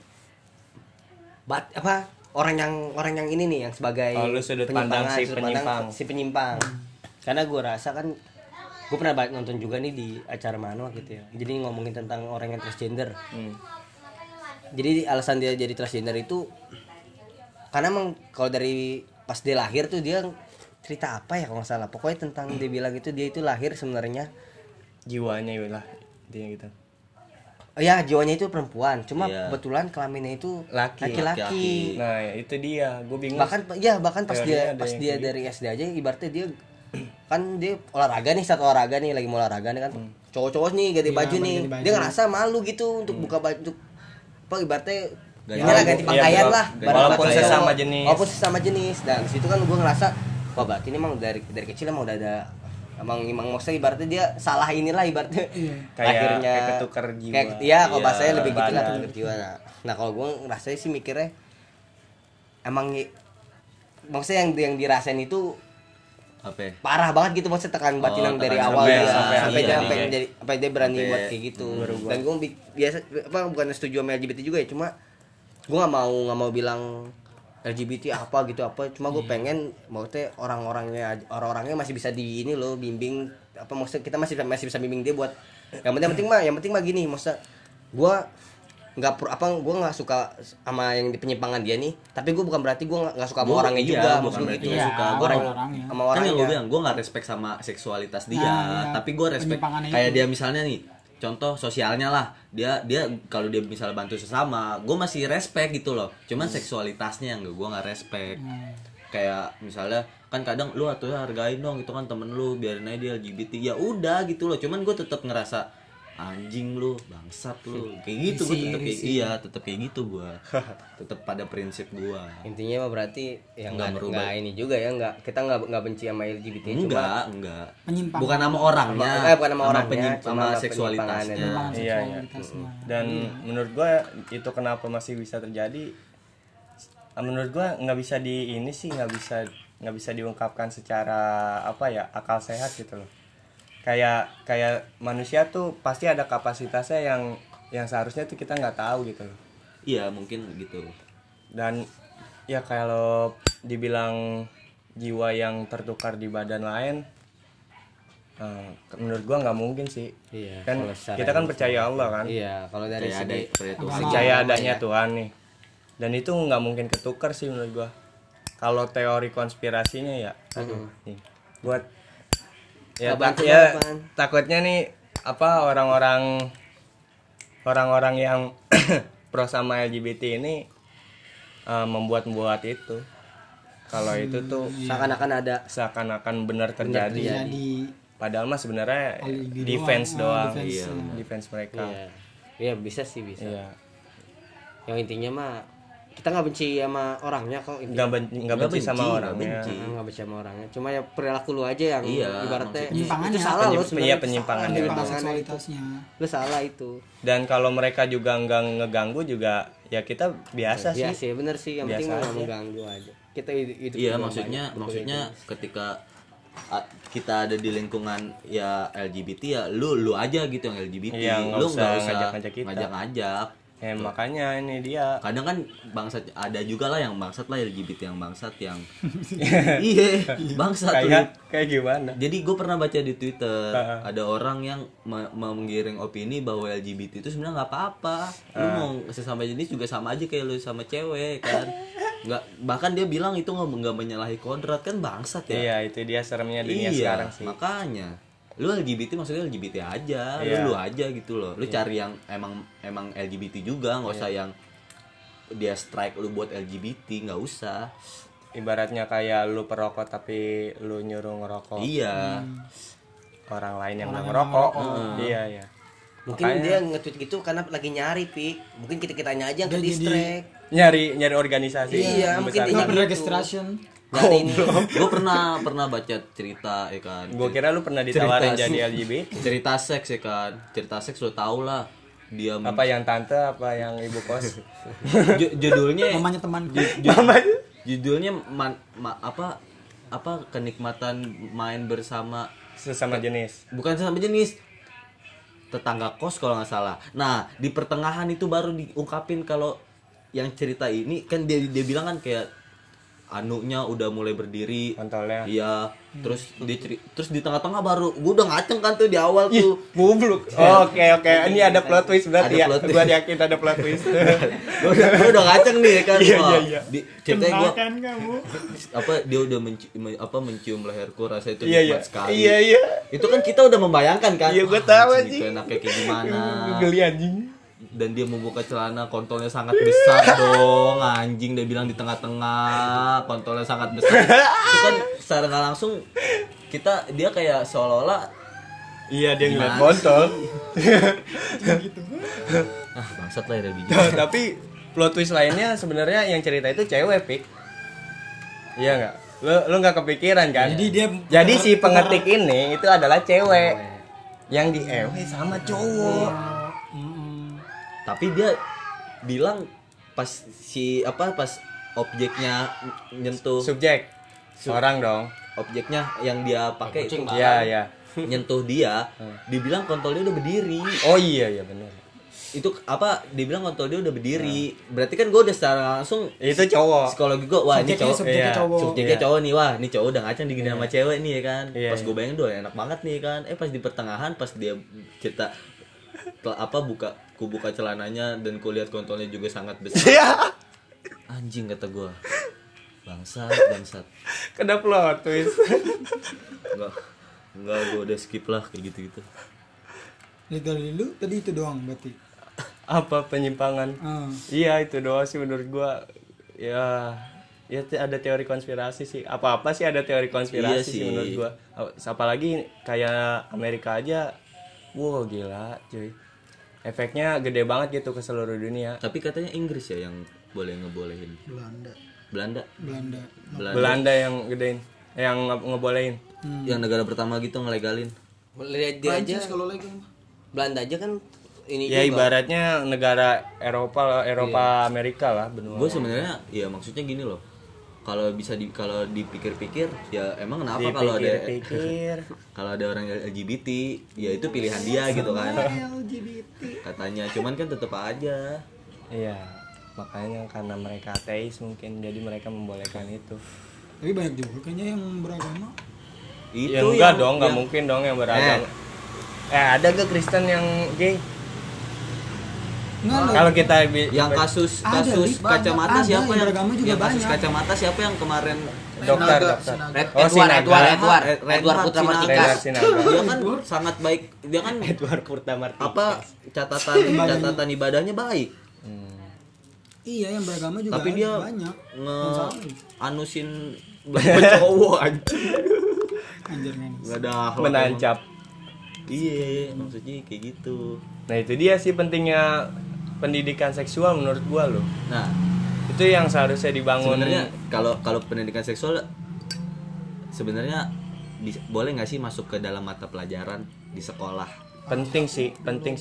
orang yang ini nih, yang sebagai Oh, lu sudut pandang si sudut pandang penyimpang. si penyimpang. Karena gue rasa kan, gue pernah nonton juga nih di acara mana gitu ya. Jadi ngomongin tentang orang yang transgender. Jadi alasan dia jadi transgender itu karena emang kalau dari pas dia lahir tuh dia cerita apa ya kalau nggak salah, pokoknya tentang dia bilang itu dia itu lahir sebenarnya Jiwanya lah intinya gitu. ya jiwanya itu perempuan, cuma Iya. kebetulan kelaminnya itu Laki. laki-laki. Nah, ya, itu dia. Gue bingung. bahkan pas Teorinya dia ada yang dia kayak dari SD aja ibaratnya dia kan dia olahraga nih, satu olahraga nih, lagi mau olahraga nih kan, cowok-cowok nih ganti Iya, baju nih, ganti baju. dia ngerasa malu gitu untuk buka baju, untuk apa ibaratnya Ganti inilah baju. ganti Iya, pakaian lah, walaupun bareng sesama cowok. jenis. Walaupun sesama jenis, dan situ kan gue ngerasa wah berarti ini emang dari kecil emang udah ada emang maksudnya ibaratnya dia salah inilah ibaratnya Kayak ketukar jiwa. iya kalau Iya, bahasanya lebih gitu lah, badan. ketukar jiwa. Nah kalau gue ngerasanya sih mikirnya emang maksudnya yang dirasain itu Apa? parah banget gitu, maksudnya tekan batin Oh, yang dari tekanan awal batin dia sampai sampai iya, dia iya. sampai dia berani Sampai buat kayak gitu. berubah. Dan gue biasa bukan setuju sama LGBT juga ya, cuma gue nggak mau bilang LGBT apa gitu apa, cuma gue pengen maksudnya orang-orangnya masih bisa di ini loh bimbing apa, maksudnya kita masih bisa bimbing dia buat yang penting mah gini, maksudnya gue nggak suka sama yang di penyimpangan dia nih, tapi gue bukan berarti gue nggak suka sama orangnya juga, bukan berarti maksud gue gitu. nggak suka gue orangnya. Sama kan yang orangnya. gue bilang gue nggak respect sama seksualitas dia, tapi gue respect Penyimpangannya kayak itu. dia misalnya nih contoh sosialnya lah, dia kalau dia misalnya bantu sesama gue masih respect gitu loh, cuman seksualitasnya yang gue nggak respect. Kayak misalnya kan kadang lu atuh hargain dong itu kan temen lu, biarin aja dia LGBT, ya udah gitu loh, cuman gue tetap ngerasa anjing lu, bangsat lu, kayak gitu. Gue tetap kayak gitu gue tetap pada prinsip gue. Intinya mah berarti yang Nggak merubah. nggak ini juga ya, kita nggak benci sama LGBT, enggak Penyimpangan. bukan sama orangnya, bukan sama orangnya, sama cuma seksualitasnya. penyimpangannya. Iya, Seksualitasnya. Dan menurut gue itu kenapa masih bisa terjadi, menurut gue nggak bisa diungkapkan secara apa ya, akal sehat gitu loh. Kayak manusia tuh pasti ada kapasitasnya yang seharusnya tuh kita nggak tahu gitu loh. Iya mungkin gitu. Dan ya kalau dibilang jiwa yang tertukar di badan lain, menurut gua nggut mungkin sih. Iya, Kan kalau secara kita kan ini percaya Allah kan, Iya, kalau dari segi percaya adanya Tuhan nih, dan itu nggak mungkin ketukar sih menurut gua. Kalau teori konspirasinya ya, aduh, nih buat ya, takutnya nih apa orang-orang yang pro sama LGBT ini membuat itu. Kalau itu tuh seakan-akan benar terjadi. Padahal mah sebenarnya defense doang, defense mereka. Iya, bisa sih, bisa. Iya. Yang intinya mah kita nggak benci sama orangnya kok, Nggak benci sama orangnya. nggak benci sama orangnya, cuma ya perilaku lu aja yang ibaratnya penyimpangannya. itu salah lo sebenarnya. Iya, penyimpangan Penyimpangan itu. seksualitasnya. Lu salah itu. Dan kalau mereka juga nggak ngeganggu juga ya kita biasa Iya sih. sih, bener sih, yang penting Biasa nggak aja. mengganggu aja. Kita hidup Iya, juga maksudnya banyak. ketika kita ada di lingkungan ya LGBT ya lu aja gitu yang LGBT. Iya, nggak lu usah nggak usah ngajak-ngajak kita. ngajak-ngajak. Makanya ini dia. Kadang kan bangsat ada juga lah yang bangsat lah, LGBT yang bangsat yang iya bangsat tuh. Kayak gimana? Jadi gue pernah baca di Twitter ada orang yang menggiring opini bahwa LGBT itu sebenarnya nggak apa-apa. Lu mau sesama jenis juga sama aja kayak lu sama cewek kan. Nggak, bahkan dia bilang itu nggak menyalahi kodrat, kan bangsat ya. Iya, itu dia seremnya dunia Iya, sekarang sih. makanya lu LGBT maksudnya LGBT aja, Iya. lu aja gitu loh. Lu cari yang emang LGBT juga, nggak usah yang dia strike lu buat LGBT, nggak usah. Ibaratnya kayak lu perokok tapi lu nyuruh ngerokok Iya. orang lain yang nggak ngerokok. Iya, iya. Mungkin dia nge-tweet gitu karena lagi nyari, Pik. Mungkin kita-kitanya aja yang ke distract. Nyari organisasi. Iya, mungkin besar. dia Nggak registration. Nyari ini. Gue pernah baca cerita ya kan. Gue kira lu pernah ditawarin jadi LGBT. Cerita seks ya kan. Cerita seks lu tau lah. Dia Apa yang tante, apa yang ibu kos? judulnya Mamanya teman. judulnya apa kenikmatan main bersama Sesama jenis. bukan sesama jenis, tetangga kos kalau nggak salah. Nah di pertengahan itu baru diungkapin kalau yang cerita ini kan dia bilang kan kayak anunya udah mulai berdiri, Kontolnya. iya. Terus terus di tengah-tengah baru gue udah ngaceng kan tuh di awal tuh. Bubluk. Oke. Ini ada plot twist berarti Ada ya. plot twist. Gua yakin ada plot twist. Gue udah ngaceng nih kan. Wah, Iya. ceritanya gue kamu. dia udah mencium leherku, rasa itu Iya. nikmat sekali. Iya. Itu kan kita udah membayangkan kan. Iya, gua Wah, tahu, anjing, itu enaknya kayak gimana. Geli anjing. Dan dia membuka celana, kontolnya sangat besar dong, anjing. Dia bilang di tengah-tengah, kontolnya sangat besar. Itu kan secara nggak langsung dia kayak seolah-olah Iya, dia ngeliat gimana kontol. bangsat lah ya biji. Tapi plot twist lainnya sebenarnya yang cerita itu cewek, Pik. Iya enggak? Lu enggak kepikiran kan? Jadi si pengetik ini itu adalah cewek. Yang di sama cowok. Tapi dia bilang pas objeknya nyentuh Subjek. Orang dong. objeknya yang dia pakai Iya. nyentuh dia, dibilang kontolnya udah berdiri. Oh iya benar. itu apa dibilang kontol dia udah berdiri. Berarti kan gue udah secara langsung Itu cowok. psikologi gue, wah ini cowok. Subjeknya iya. cowok. Subjeknya cowok nih, wah ini cowok udah ngacang digini sama cewek nih ya kan. Iya, Pas iya. gue bayangin doh enak banget nih kan. Pas di pertengahan pas dia cerita ku buka celananya dan ku lihat kontolnya juga sangat besar. Anjing kata gue. Bangsat. Kena plot twist. Enggak, gue udah skip lah kayak gitu-gitu. Literally lu tadi itu doang berarti. Apa penyimpangan? Iya itu doang sih menurut gua. Ya ada teori konspirasi sih. Apa-apa sih ada teori konspirasi Iya sih sih. menurut gua. Apalagi kayak Amerika aja. Wow gila cuy. Efeknya gede banget gitu ke seluruh dunia. Tapi katanya Inggris ya yang ngebolehin. Belanda yang gedein, yang ngebolehin. Yang negara pertama gitu ngelegalin. Lihat dia aja Prancis kalau legal mah. Belanda aja kan ini Ya juga. ibaratnya negara Eropa Amerika lah benua. Gue sebenarnya ya maksudnya gini loh. Kalau kalau dipikir-pikir ya emang kenapa kalau ada Dipikir-pikir. kalau ada orang LGBT ya itu pilihan dia gitu kan. Katanya cuman kan tetap aja. Iya, makanya karena mereka ateis mungkin jadi mereka membolehkan itu. Tapi banyak juga kayaknya yang beragama. Itu Ya enggak yang- dong, enggak yang- mungkin dong yang beragama. Ada gak Kristen yang gay? Enggak loh. Kalau kita yang kasus Ada, Lik, kacamata banyak. siapa Ada, yang beragama juga yang kasus banyak. kacamata siapa yang kemarin dokter. Edward Putra Martika. Reinhard Sinaga. dia kan sangat baik, dia kan Edward Putra Martika. apa catatan ibadahnya baik, Iya yang beragama juga tapi dia banyak. anusin beberapa cowok anjing. Anjir men. Nggak ada akhlak Menancap. emang. Iya maksudnya kayak gitu. Nah, itu dia sih pentingnya pendidikan seksual menurut gua loh. Nah Itu yang seharusnya dibangun. sebenarnya kalau pendidikan seksual sebenarnya boleh nggak sih masuk ke dalam mata pelajaran di sekolah? penting sih.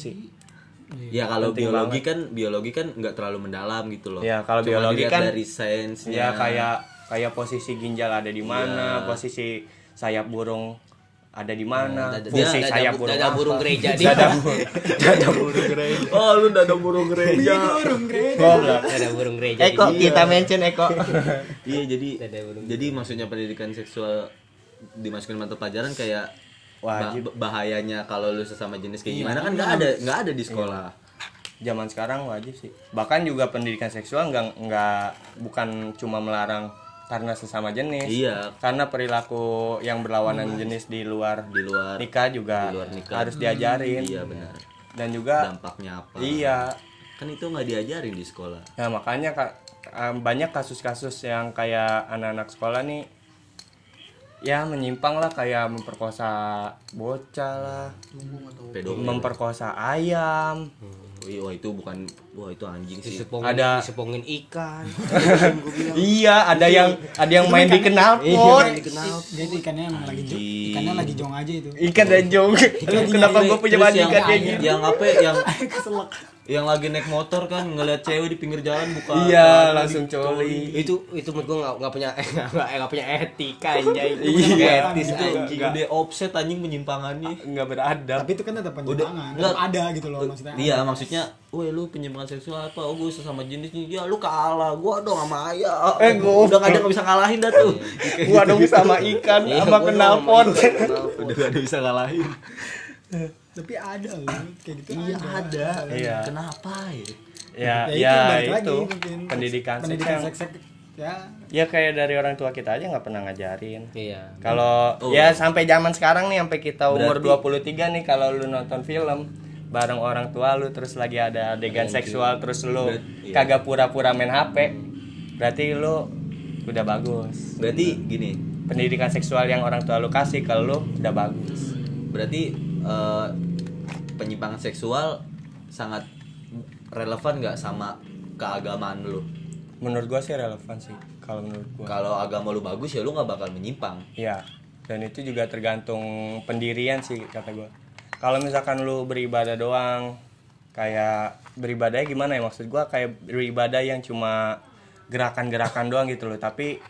Ya kalau Penting biologi kan nggak terlalu mendalam gitu loh. Ya, kalau Cuma biologi dilihat kan dari Ya sainsnya. kayak posisi ginjal ada di mana, posisi sayap burung ada di mana, fungsi sayap burung dada apa. burung gereja di Dada burung gereja. Oh lu dada burung gereja. dada burung gereja di- kita mention Eko. Iya Dada burung. jadi maksudnya pendidikan seksual dimasukin mata pelajaran kayak Wajib. bahayanya kalau lu sesama jenis kayak gimana kan nggak ada di sekolah. Zaman sekarang wajib sih. Bahkan juga pendidikan seksual nggak bukan cuma melarang karena sesama jenis. Iya. Karena perilaku yang berlawanan jenis di luar nikah juga di luar nikah. harus diajarin. Iya benar. Dan juga Dampaknya apa? iya. Kan itu nggak diajarin di sekolah. Nah, makanya banyak kasus-kasus yang kayak anak-anak sekolah nih ya menyimpang lah, kayak memperkosa bocah lah, Pedofil. memperkosa ayam. Wah itu anjing sih. disepongin ikan. Iya, ada yang main di knalpot. Dia itu ikannya emang lagi jong. Ikannya lagi jong aja itu. Ikan dan jong. Kenapa gue punya Terus baju ikan kayak gitu? yang apa yang lagi naik motor kan ngeliat cewek di pinggir jalan buka Iya, langsung coli. itu menurut gua nggak punya nggak punya etika anjay. Iya, Etis itu anjing. udah offset anjing penyimpangannya. Enggak beradab. Tapi itu kan tetap penyimpangan. Enggak. Tetap ada gitu loh maksudnya. Iya maksudnya, weh lu penyimpangan seksual apa? Oh gue sesama jenis nih, ya lu kalah, gua dong sama ayah. Gua udah gak ada bisa ngalahin dah tuh. Gua dong sama ikan Iya, sama gua knalpot. Udah gak ada bisa ngalahin. Tapi ada loh kayak gitu. Iya ada. Iya. Kenapa ya? Ya, balik lagi itu mungkin. pendidikan Pendidikan seks seks ya. ya kayak dari orang tua kita aja nggak pernah ngajarin. Iya. Kalau Oh. ya sampai zaman sekarang nih, sampai kita umur Berarti- 23 nih, kalau lu nonton film bareng orang tua lu terus lagi ada adegan seksual terus lu Iya. kagak pura-pura main HP, berarti lu udah bagus. Berarti gini, Pendidikan seksual yang orang tua lu kasih kalau lu udah bagus. berarti penyimpangan seksual sangat relevan nggak sama keagamaan lu? Menurut gua sih relevan sih kalau menurut gua. Kalau agama lu bagus ya lu nggak bakal menyimpang. Iya. Dan itu juga tergantung pendirian sih kata gua. Kalau misalkan lu beribadah doang, kayak beribadahnya gimana ya, maksud gua kayak beribadah yang cuma gerakan-gerakan doang gitu loh, tapi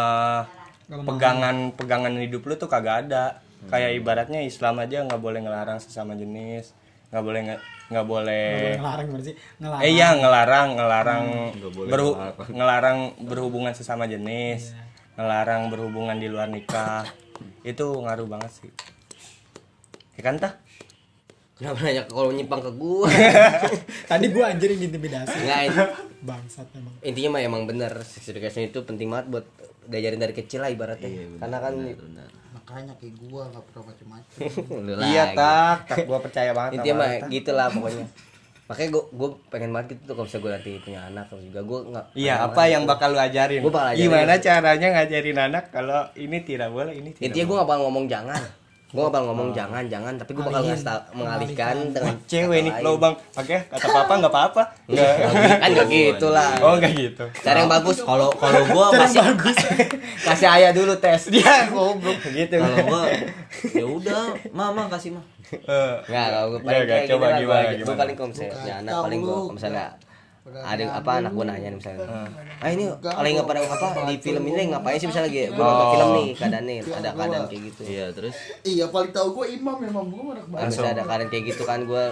pegangan hidup lu tuh kagak ada. Kayak ibaratnya Islam aja nggak boleh ngelarang sesama jenis, nggak boleh nggak boleh. Ngelarang berarti ngelarang. Iya ngelarang Nggak boleh ngelarang berhubungan sesama jenis, ngelarang berhubungan di luar nikah. Itu ngaruh banget sih. Ya kan tah? Kenapa nanya kalau nyimpang ke gua? Tadi gua anjir yang intimidasi. Enggak, Bangsat emang. intinya mah emang bener sex education itu penting banget buat diajarin dari kecil lah ibaratnya. Karena kan Benar. Makanya kayak gua nggak pernah macem-macem. Iya tak gua percaya banget. intinya mah sama lu, gitu lah pokoknya. Makanya gua pengen banget gitu tuh kalau misalnya gua nanti punya anak terus juga gua nggak. Iya, apa yang bakal lu ajarin? Gua bakal ajarin. Gimana caranya ngajarin anak kalau ini tidak boleh, ini tidak. Intinya gua nggak bakal ngomong jangan. Gua nggak bakal ngomong jangan, tapi gua bakal mengalihkan dengan cewek nih kata lo lain. bang, oke kata papa nggak apa-apa. Nggak. Kan nggak gitu lah. Oh nggak gitu. Cara yang bagus. Kalau gua Kasih ayah dulu tes. Dia goblok gitu. kalau gua ya udah, mama kasih mah. Nggak, kalau gue paling Nggak, kayak coba gini lah, gimana, gue gimana? paling kalau misalnya punya anak paling gue misalnya ada apa anak gue nanya nih misalnya, ini paling nggak pada apa di film ini ngapain sih misalnya lagi gue nonton film nih keadaannya ada keadaan kayak gitu. Iya, terus Iya paling tahu gua imam memang gua anak Kan banget. misalnya ada keadaan kayak gitu kan gue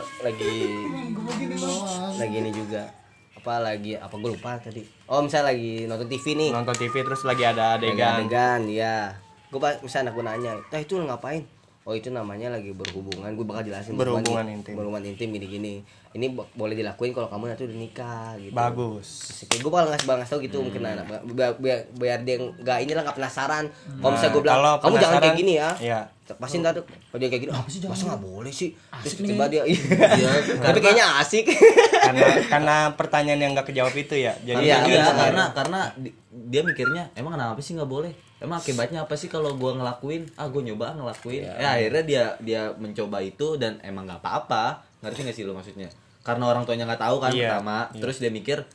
lagi ini juga apa gue lupa tadi. Oh misalnya lagi nonton TV nih. Nonton TV terus lagi ada Lagi adegan. adegan ya. Gue misalnya anak gue nanya, itu lu ngapain? Oh itu namanya lagi berhubungan, gue bakal jelasin Berhubungan intim. Berhubungan intim gini-gini. Ini boleh dilakuin kalau kamu nanti udah nikah gitu. Bagus. Kayak gue bakal ngasih tau gitu mungkin anak biar dia nggak inilah nggak penasaran. Kalau misalnya gue bilang kalau kamu jangan penasaran, kayak gini ya. Iya. Pasti ntar tuh kalau dia kayak gini, masa nggak boleh sih? Terus Asik tiba dia, Iya, tapi kayaknya asik. karena pertanyaan yang nggak kejawab itu ya. Jadi Iya, iya, iya. karena dia mikirnya emang kenapa sih nggak boleh, emang akibatnya apa sih kalau gua ngelakuin, gue nyoba ngelakuin. Ya akhirnya dia mencoba itu dan emang nggak apa-apa. Ngerti nggak sih lo maksudnya? Karena orang tuanya nggak tahu kan Iya, pertama, terus dia mikir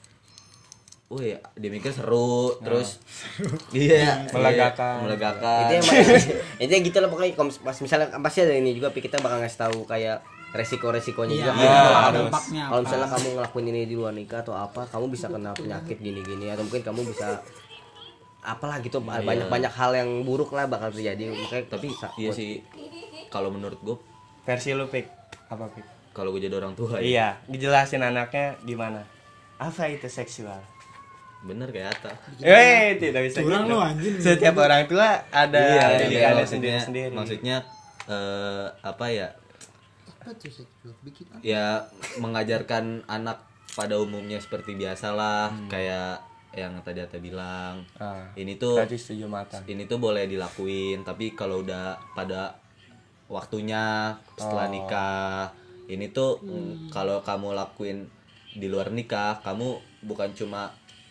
seru, terus iya Melegakan. Itu emang itu gitu lah pokoknya kalau pas misalnya pasti ada ini juga kita bakal ngasih tahu kayak resiko-resikonya juga. Iya, Kalau dampaknya kalau apa. misalnya kamu ngelakuin ini di luar nikah atau apa, kamu bisa kena penyakit gini-gini atau mungkin kamu bisa apalah gitu banyak hal yang buruk lah bakal terjadi. Makanya tapi iya sih, kalau menurut gue versi lu pik apa pik? kalau gue jadi orang tua Iya, dijelasin anaknya gimana? Apa itu seksual? bener kayak Atta. Tidak bisa Curang gitu. lu, anjing. Setiap orang tua ada didikannya maksudnya sendiri-sendiri. apa ya? Apa tuh seksual? Bikin apa? Ya mengajarkan anak pada umumnya seperti biasalah, kayak yang tadi Atta bilang. Ini tuh Tadi setuju mata. ini tuh boleh dilakuin, tapi kalau udah pada waktunya setelah nikah, ini tuh kalau kamu lakuin di luar nikah, kamu bukan cuma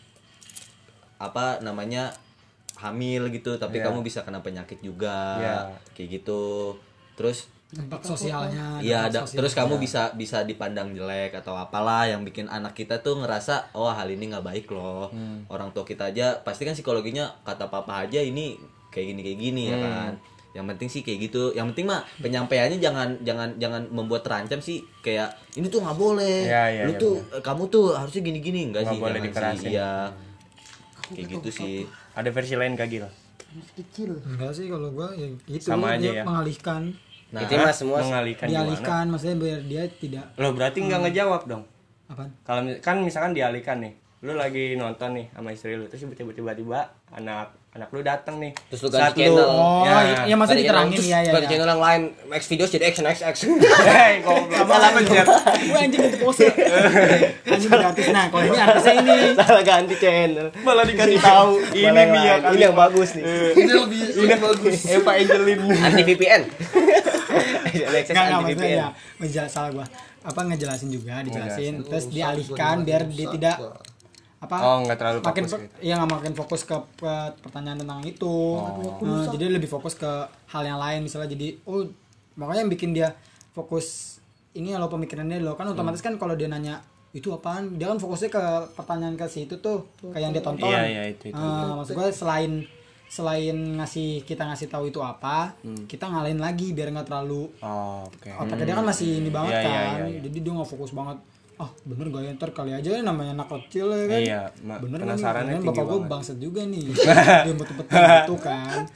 apa namanya hamil gitu, tapi kamu bisa kena penyakit juga, kayak gitu. Terus Dampak sosialnya. iya, dampak terus kamu bisa dipandang jelek atau apalah yang bikin anak kita tuh ngerasa hal ini nggak baik loh. Orang tua kita aja pasti kan psikologinya kata papa aja ini kayak gini ya kan. Yang penting sih kayak gitu. Yang penting mah penyampaiannya jangan membuat terancam sih, kayak ini tuh nggak boleh. Iya, Lu tuh kamu tuh harusnya gini-gini enggak Nggak sih, boleh jangan dikerasin. sih. Iya. Kayak gitu sih. Ada versi lain gak Gil? Masih kecil. Enggak sih kalau gua ya gitu, Sama aja dia ya. mengalihkan, Nah, itu mah semua mengalihkan gimana? dialihkan, maksudnya biar dia tidak Lo berarti nggak ngejawab dong. apa? Kalau kan misalkan dialihkan nih, lu lagi nonton nih sama istri lu, terus tiba-tiba anak lu datang nih. Terus lu ganti Saat channel. Oh, iya maksudnya Tadi diterangin terus ya ya. ganti channel yang lain, X videos jadi action XX. Hei, goblok. Salah pencet. Gue anjing itu pose. Anjing udah artis. Nah, kalau ini artisnya ini. Salah ganti channel. Malah dikasih tahu. Ini Malah Mia lain. Ini yang bagus nih. Ini lebih bagus. Eva Angelin. Anti VPN. Enggak maksudnya ya. Salah gua. Apa ngejelasin juga, dijelasin, terus dialihkan biar dia tidak apa Nggak terlalu makin fokus gitu. iya nggak makin fokus ke pertanyaan tentang itu. Jadi lebih fokus ke hal yang lain, misalnya jadi makanya yang bikin dia fokus ini lo pemikirannya lo kan otomatis kan kalau dia nanya itu apaan, dia kan fokusnya ke pertanyaan ke situ tuh kayak yang dia tonton. Iya, itu. Maksud gue selain kita ngasih tahu itu apa, kita ngalahin lagi biar nggak terlalu Oke. otaknya dia kan masih ini banget Iya, kan. iya. Jadi dia nggak fokus banget. Bener gak ya, ntar kali aja namanya anak kecil ya kan. Iya, Bener kan, penasarannya kan tinggi bapak gue banget. bangsat juga nih. Dia betul-betul gitu kan.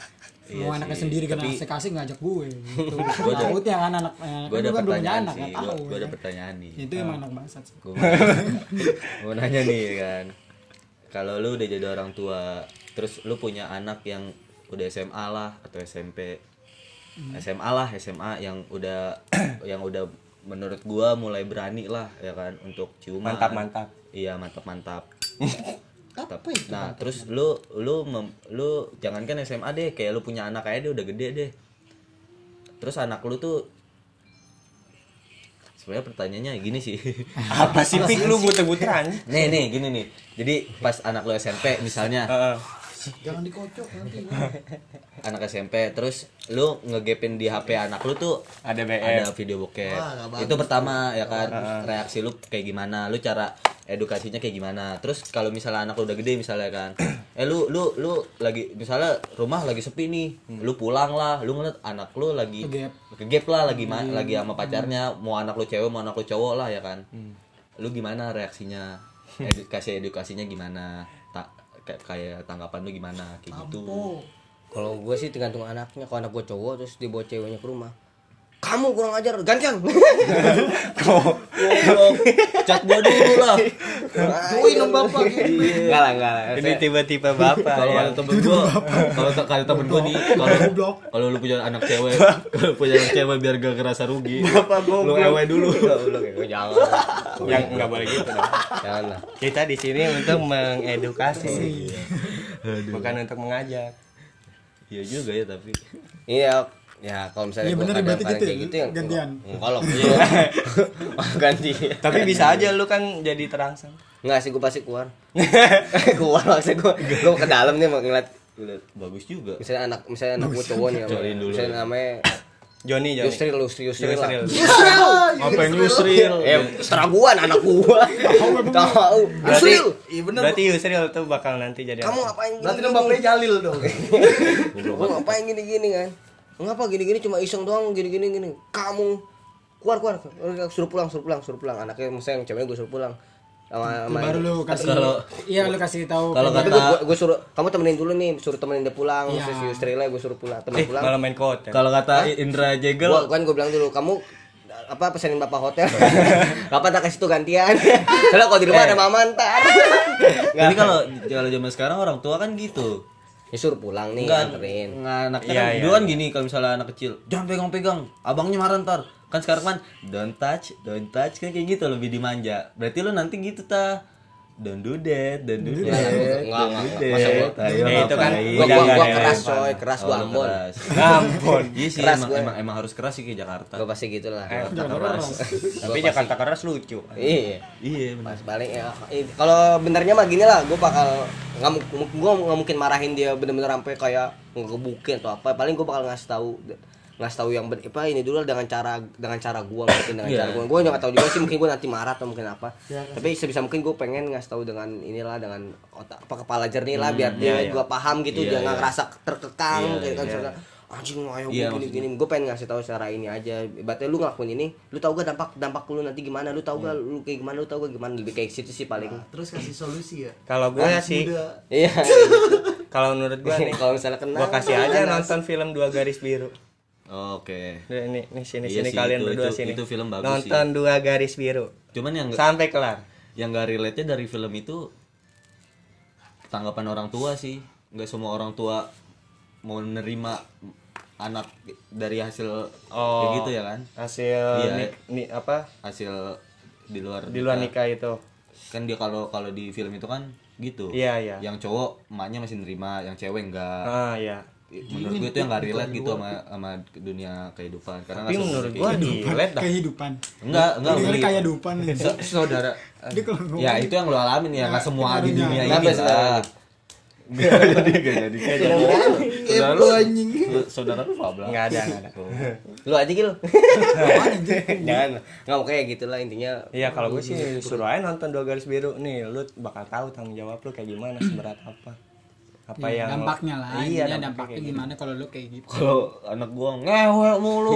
Iya mau anaknya sih, sendiri kan tapi- asik-asik ngajak gue gitu. Gua ada- Takutnya kan anak Gue ada kan belum punya pertanyaan anak, sih, nggak tahu, gue ada ya. pertanyaan nih. Itu emang anak bangsat sih. Gue mau nanya nih kan, kalau lu udah jadi orang tua, terus lu punya anak yang udah SMA lah atau SMP, SMA yang udah yang udah menurut gua mulai berani lah ya kan untuk ciuman. Mantap. Iya mantap. Apa itu? Nah terus lu jangankan SMA deh, kayak lu punya anak aja deh udah gede deh. Terus anak lu tuh sebenarnya pertanyaannya gini sih. Apa sih pik lu buter-buteran? nih gini nih. Jadi pas anak lu SMP misalnya, Heeh. Jangan dikocok nanti. anak SMP terus lu ngegepin di HP anak lu tuh Ada BM. ada video bokep. Wah, nggak bagus. Itu pertama ya kan, reaksi lu kayak gimana, lu cara edukasinya kayak gimana. Terus kalau misalnya anak lu udah gede misalnya kan, lu lagi misalnya rumah lagi sepi nih, lu pulang lah, lu ngeliat anak lu lagi kegep lah, lagi sama pacarnya, mau anak lu cewek mau anak lu cowok lah ya kan. Lu gimana reaksinya, edukasinya gimana, kayak tanggapan lu gimana kayak gitu. Kalau gue sih tergantung anaknya. Kalau anak gue cowok terus dibawa ceweknya ke rumah, kamu kurang ajar, gancang. Cat gua dulu lah. Join dong bapak. Enggak lah. Ini tiba-tiba bapak. Kalau ya. ada temen gua, kalau temen gua nih, kalau lu punya anak cewek, biar gak ngerasa rugi, lu ewe dulu. Jangan. Yang enggak boleh gitu dong. Jangan lah. Kita di sini untuk mengedukasi. Bukan untuk mengajak. Iya juga ya tapi. Iya, ya kalau misalnya Iya gua bener kadang-kadang berarti gitu kayak ya, gitu ya gantian. kalau ganti. Tapi bisa aja lu kan jadi terangsang. Enggak sih, gue pasti keluar. Keluar maksudnya gue ke dalam nih mau ngeliat. Bagus juga. Misalnya anak gue cowok nih, Cariin dulu. misalnya namanya Joni. Yusril lah. Apa yang Yusril? Terserah gua, anak gua. Tahu. Yusril. Berarti Yusril tuh bakal nanti jadi Kamu apa? ngapain? Berarti nama bapaknya Jalil dong. Gua ngapain gini-gini kan? Ngapa gini-gini cuma iseng doang gini-gini. Kamu keluar. Suruh pulang. Anaknya misalnya yang ceweknya gua suruh pulang. Sama Baru lu kasih lu kasih tahu kalau tapi kata gue suruh kamu temenin dulu nih, suruh temenin dia pulang. Iya. Si Yusril gue suruh pulang, temen pulang. Malah main kote. kalau kata Indra Jegel, Gue bilang dulu, kamu pesenin bapak hotel. Kapan tak kasih tuh gantian. Soalnya kalau di rumah ada mama ntar. tapi kalau zaman sekarang orang tua kan gitu. Ya suruh pulang nih, Enggak, anterin. anaknya Iya, kan iya. dulu kan gini, kalau misalnya anak kecil jangan pegang-pegang, abangnya marah ntar. Kan sekarang kan don't touch kan kayak gitu, lebih dimanja. Berarti lu nanti gitu don't do that. Enggak. Masa gua- Ayo, itu kan ngapain? Gua Udah, keras udah, coy, keras Oh, gua lu Ambon. keras. Ampun. Iya sih, Keras gua. emang harus keras sih ke Jakarta. Gue pasti gitu lah. Keras. Tapi Jakarta keras lucu. Iya. Iya, benar. Pas balik ya. Kalau benernya mah gini lah, gue bakal nggak mungkin marahin dia bener-bener sampai kayak ngegebukin atau apa. Paling gue bakal ngasih tahu yang ini dulu dengan cara gue mungkin dengan cara gue nggak tahu juga sih, mungkin gue nanti marah atau mungkin apa, tapi sebisa mungkin gue pengen ngasih tahu dengan inilah, dengan otak kepala jernih lah, biar dia gue paham gitu, dia nggak ngerasa terkekang kayak kan misalnya, anjing ayo gini gue pengen ngasih tahu secara ini aja. Berarti lu ngelakuin ini, lu tahu gak dampak lu nanti gimana, lu tahu gak lu kayak gimana, lu tahu gak gimana, lebih kayak situ sih paling. Terus kasih solusi ya. Kalau gue sih, Iya. kalau menurut gue nih, Kalau misalnya kena, gue kasih aja nonton film 2 Garis Biru. Oke. Ini sini Iya sih, kalian itu- berdua itu- sini. itu film bagus nonton 2 Garis Biru Cuman yang sampai kelar. gak relate-nya dari film itu tanggapan orang tua sih. Nggak semua orang tua mau menerima anak dari hasil kayak gitu ya kan, Hasil Iya. apa? hasil di luar Nikah itu. kan. Dia kalau di film itu kan gitu. Iya. Yang cowok emaknya masih nerima, yang cewek enggak. Ah, iya. Menurut gue itu yang gak relate gitu sama dunia kehidupan. Karena Tapi nggak menurut semua gue kayak gitu. relate dah. kehidupan. enggak Ini Uli. kayak dupan nih. Saudara. Dia kalau ngomong, Ya itu yang lo alamin ya, nggak semua di ngaruhnya. dunia Kenapa ini saudara? lah. Gak jadi. Saudara lu saudara lu Fabla. Enggak ada. lu aja gitu. Jangan, nggak mau kayak gitulah intinya. Iya, kalau gue sih suruh aja nonton 2 Garis Biru. Nih, lu bakal tahu tanggung jawab lu kayak gimana, seberat apa. Apa Iya, yang dampaknya lah. Iya, Intinya dampaknya dampaknya kayak gimana kalau lu kayak gitu. Kalau anak gua ngewe mulu.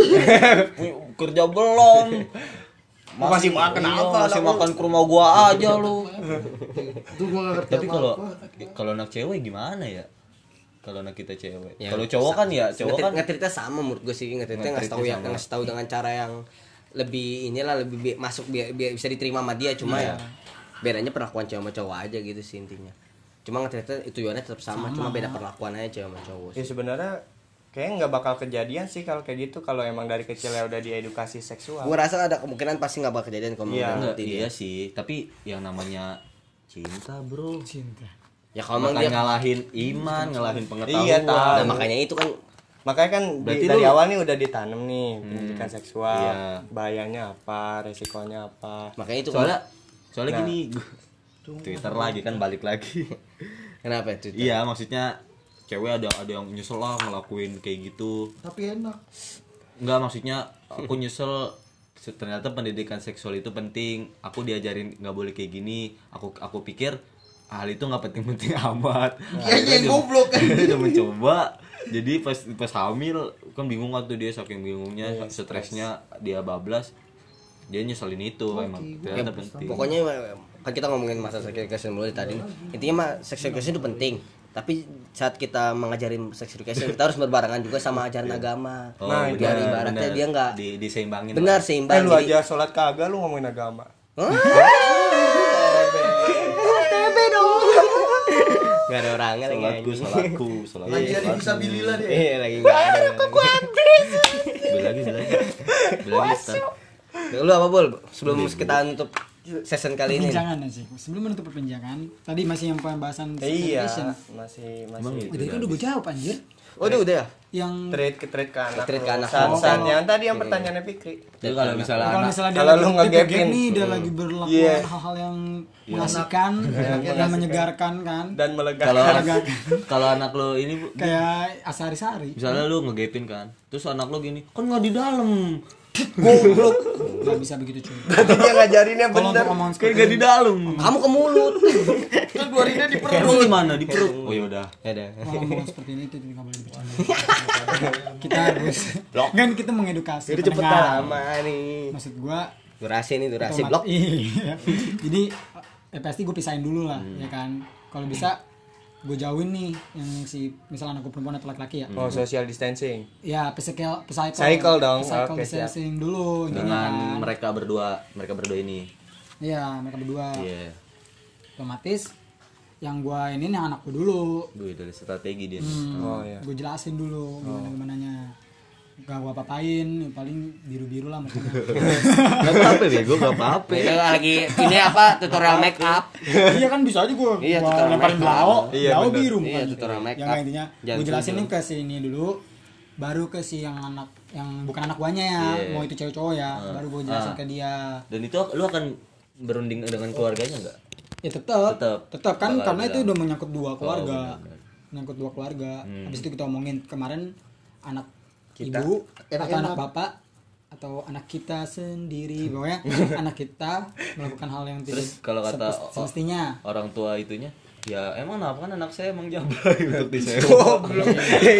Kerja belum. Masih makan Iya, apa, masih anak makan ke rumah gua aja lu. Itu gua enggak ngerti Tapi apa-apa. kalau anak cewek gimana ya? kalau anak kita cewek. Ya, Kalau cowok kan ya cowok kan ngetritnya sama menurut gue sih, ngetritnya ngasih tahu yang sama. ngasih tahu dengan cara yang lebih inilah, lebih masuk biar bisa diterima sama dia, cuma ya bedanya perlakuan cewek sama cowok aja gitu sih intinya. Cuma ngetritnya tujuannya tetap sama, cuma beda perlakuan aja cewek sama cowok Ya sih. sebenarnya kayaknya nggak bakal kejadian sih kalau kayak gitu, kalau emang dari kecil ya udah diedukasi seksual. Gue rasa ada kemungkinan pasti nggak bakal kejadian kalau Iya. mau enggak, ngerti dia. iya sih, tapi yang namanya cinta, Bro. Cinta. Ya kalau emang Bukan dia ngalahin iman, ngalahin pengetahuan. Iya, tahu. nah, makanya itu kan Makanya kan Berarti dari lu- awal nih udah ditanam nih pendidikan seksual. Iya. Bahayanya apa, resikonya apa. makanya itu Soalnya Nah. gini, Twitter lagi kan balik lagi. kenapa itu? Iya, maksudnya cewek ada yang nyesel lah ngelakuin kayak gitu. Tapi enak. Enggak, maksudnya aku nyesel ternyata pendidikan seksual itu penting. Aku diajarin nggak boleh kayak gini. Aku pikir hal itu nggak penting-penting amat. Iya, goblok. Dia udah mencoba. Jadi pas hamil kan bingung kan tuh dia, saking bingungnya, stresnya dia bablas. Dia nyeselin itu emang ternyata penting. Pokoknya kan kita ngomongin masa sex education mulai tadi. Intinya mah sex education itu penting. Tapi saat kita mengajarin sex education kita harus berbarengan juga sama ajaran agama. Oh, Nah, benar, biar ibaratnya benar. dia enggak diseimbangin. benar lah. seimbang. Lu aja sholat kagak, lu ngomongin agama. Enggak ada orangnya lagi. Salatku. Lagi ada bisa bilila dia. Iya lagi enggak ada. Beli lagi. Ntar. Lu apa Bol? Sebelum kita nutup season kali ini. Perbincangan sih. Sebelum menutup perbincangan, tadi masih yang pembahasan sex Iya, education. masih Jadi itu udah gue jawab anjir. Oh, udah ya? Yang trade ke anak. Trade ke anak. Saat yang tadi yang pertanyaannya Fikri. Jadi kalau misalnya kalau anak misalnya dia kalau lagi lu dia ngegapin. kegap nih, dia lagi berlakukan Iya. hal-hal yang mengasihkan, yang menyegarkan kan, Dan kalau melegakan. kalau anak lo ini Bu, kayak Asari-Sari. misalnya lu ngegepin kan, terus anak lo gini, kan nggak di dalam, Goblok. Nggak bisa begitu cuy. Berarti dia ngajarinnya Kalau bener. untuk omongan kayak seperti nggak di dalam. Kamu ke mulut. Kan keluarinnya di perut. Emang gimana di perut? Oh ya udah. Ya udah. omongan seperti ini itu nggak boleh dibicarain. Kita harus kan kita mengedukasi Udah cepet pendengar. lama nih. Maksud gua Durasi nih, durasi otomat- blok. Iya. Jadi pasti gue pisahin dulu lah, ya kan. Kalau bisa gue jauhin nih yang si misalnya anak gue perempuan atau laki-laki ya. Oh, social distancing. Ya, physical Cycle dong. Physical Oke, siap. distancing dulu intinya Dengan kan. mereka berdua ini. Iya, mereka berdua. Iya. Otomatis yang gua ini yang anak gue dulu. Gue dari strategi dia. Oh iya. Gue jelasin dulu gimana-gimananya. Gak gua apa-apain, paling biru-biru lah mukanya. Gak apa-apa bego, gak apa-apa. Itu lagi ini apa tutorial make up. Iya kan bisa aja gua Iya, tutorial lemparin make up. blau, Iya, blau bener. biru Iya, mukanya. tutorial make Yang up. intinya Jangan gue jelasin tujuh. nih ke sini dulu, baru ke si yang anak yang bukan anak guanya ya, Iya. mau itu cewek cowok ya, baru gue jelasin ke dia. Dan itu lu akan berunding dengan keluarganya nggak? Ya tetap kan Bakal karena itu bilang. udah menyangkut dua keluarga. benar-benar. Menyangkut dua keluarga. Habis itu kita omongin kemarin anak Kita. ibu atau Enak-enak. anak bapak atau anak kita sendiri, pokoknya anak kita melakukan hal yang tidak Terus kalau kata semestinya. orang tua itunya, ya emang apa kan anak saya emang jablay untuk disewa. Goblok. Ya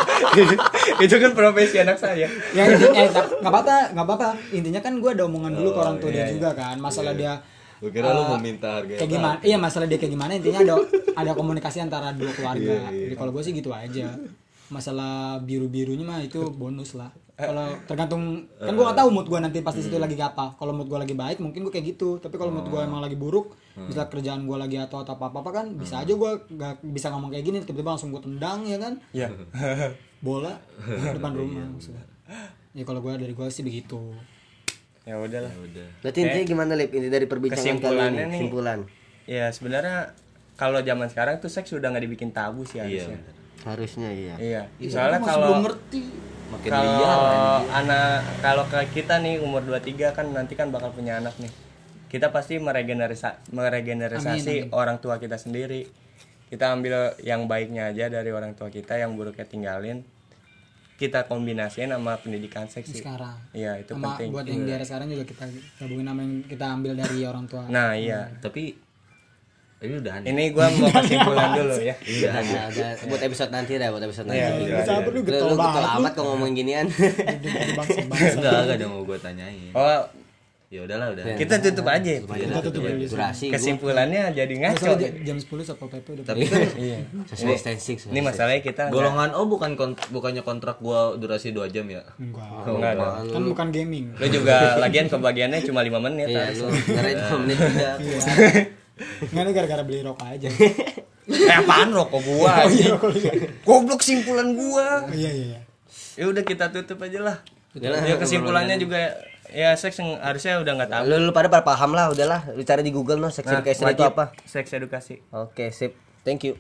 itu kan profesi anak saya. Ya nggak apa-apa. Intinya kan gue ada omongan dulu ke orang tua dia juga kan. Masalah dia Gue kira lu mau minta harga. kayak gimana? Iya, masalah dia kayak gimana, intinya ada komunikasi antara dua keluarga. Jadi kalau gue sih gitu aja. Masalah biru-birunya mah itu bonus lah. Kalau tergantung kan gue gak tahu mood gue nanti pas di situ lagi apa. Kalau mood gue lagi baik mungkin gue kayak gitu. Tapi kalau mood gue emang lagi buruk, misalnya kerjaan gue lagi atau apa kan bisa aja gue gak bisa ngomong kayak gini, tiba-tiba langsung gue tendang ya kan. Iya. Bola depan rumah maksudnya. Ya kalau gue dari gue sih begitu. Ya udahlah. Udah. Berarti intinya gimana Lip? Inti dari perbincangan kali Kesimpulannya ini, nih. kesimpulan. Ya sebenarnya kalau zaman sekarang tuh seks udah nggak dibikin tabu sih Iya. harusnya. bener. Harusnya iya. Iya. Iya, Soalnya aku masih kalau belum ngerti. Makin liar. kalau kalau ke kita nih umur 23 kan nanti kan bakal punya anak nih. Kita pasti meregenerasi orang tua kita sendiri. Kita ambil yang baiknya aja dari orang tua kita, yang buruknya tinggalin. Kita kombinasiin sama pendidikan seks sih. Sekarang. Iya, itu Sama penting. buat yang di era sekarang juga kita gabungin sama yang kita ambil dari orang tua. Nah, iya. Tapi ini udah aneh. Ini gua mau kesimpulan dulu ya. Iya. Ada buat episode nanti dah, buat episode nanti. Iya, Sabar lu Lu getol getol banget lu. amat kalau ngomongin ginian. Enggak ada mau gue tanyain. Oh, Ya udahlah udah. Kita tutup aja. Kita tutup dulu. durasi Kesimpulannya jadi ngaco. Masalah jam 10 Satpol PP udah. Tapi kan social distancing. Ini masalahnya kita golongan bukannya kontrak gua durasi 2 jam ya. Enggak. enggak. Kan bukan gaming. Lu juga lagian kebagiannya cuma 5 menit. Iya, harus. lu ngerain 5 menit juga. Enggak, ini gara-gara beli rokok aja. Apaan rokok gua? Goblok simpulan gua. Iya. Ya udah kita tutup aja lah. Udahlah, Ya kesimpulannya juga ya seks yang harusnya udah nggak tahu. Lu pada paham lah, udahlah. Lu cari di Google no, sex education itu wajib apa. Seks edukasi. Oke, sip. Thank you.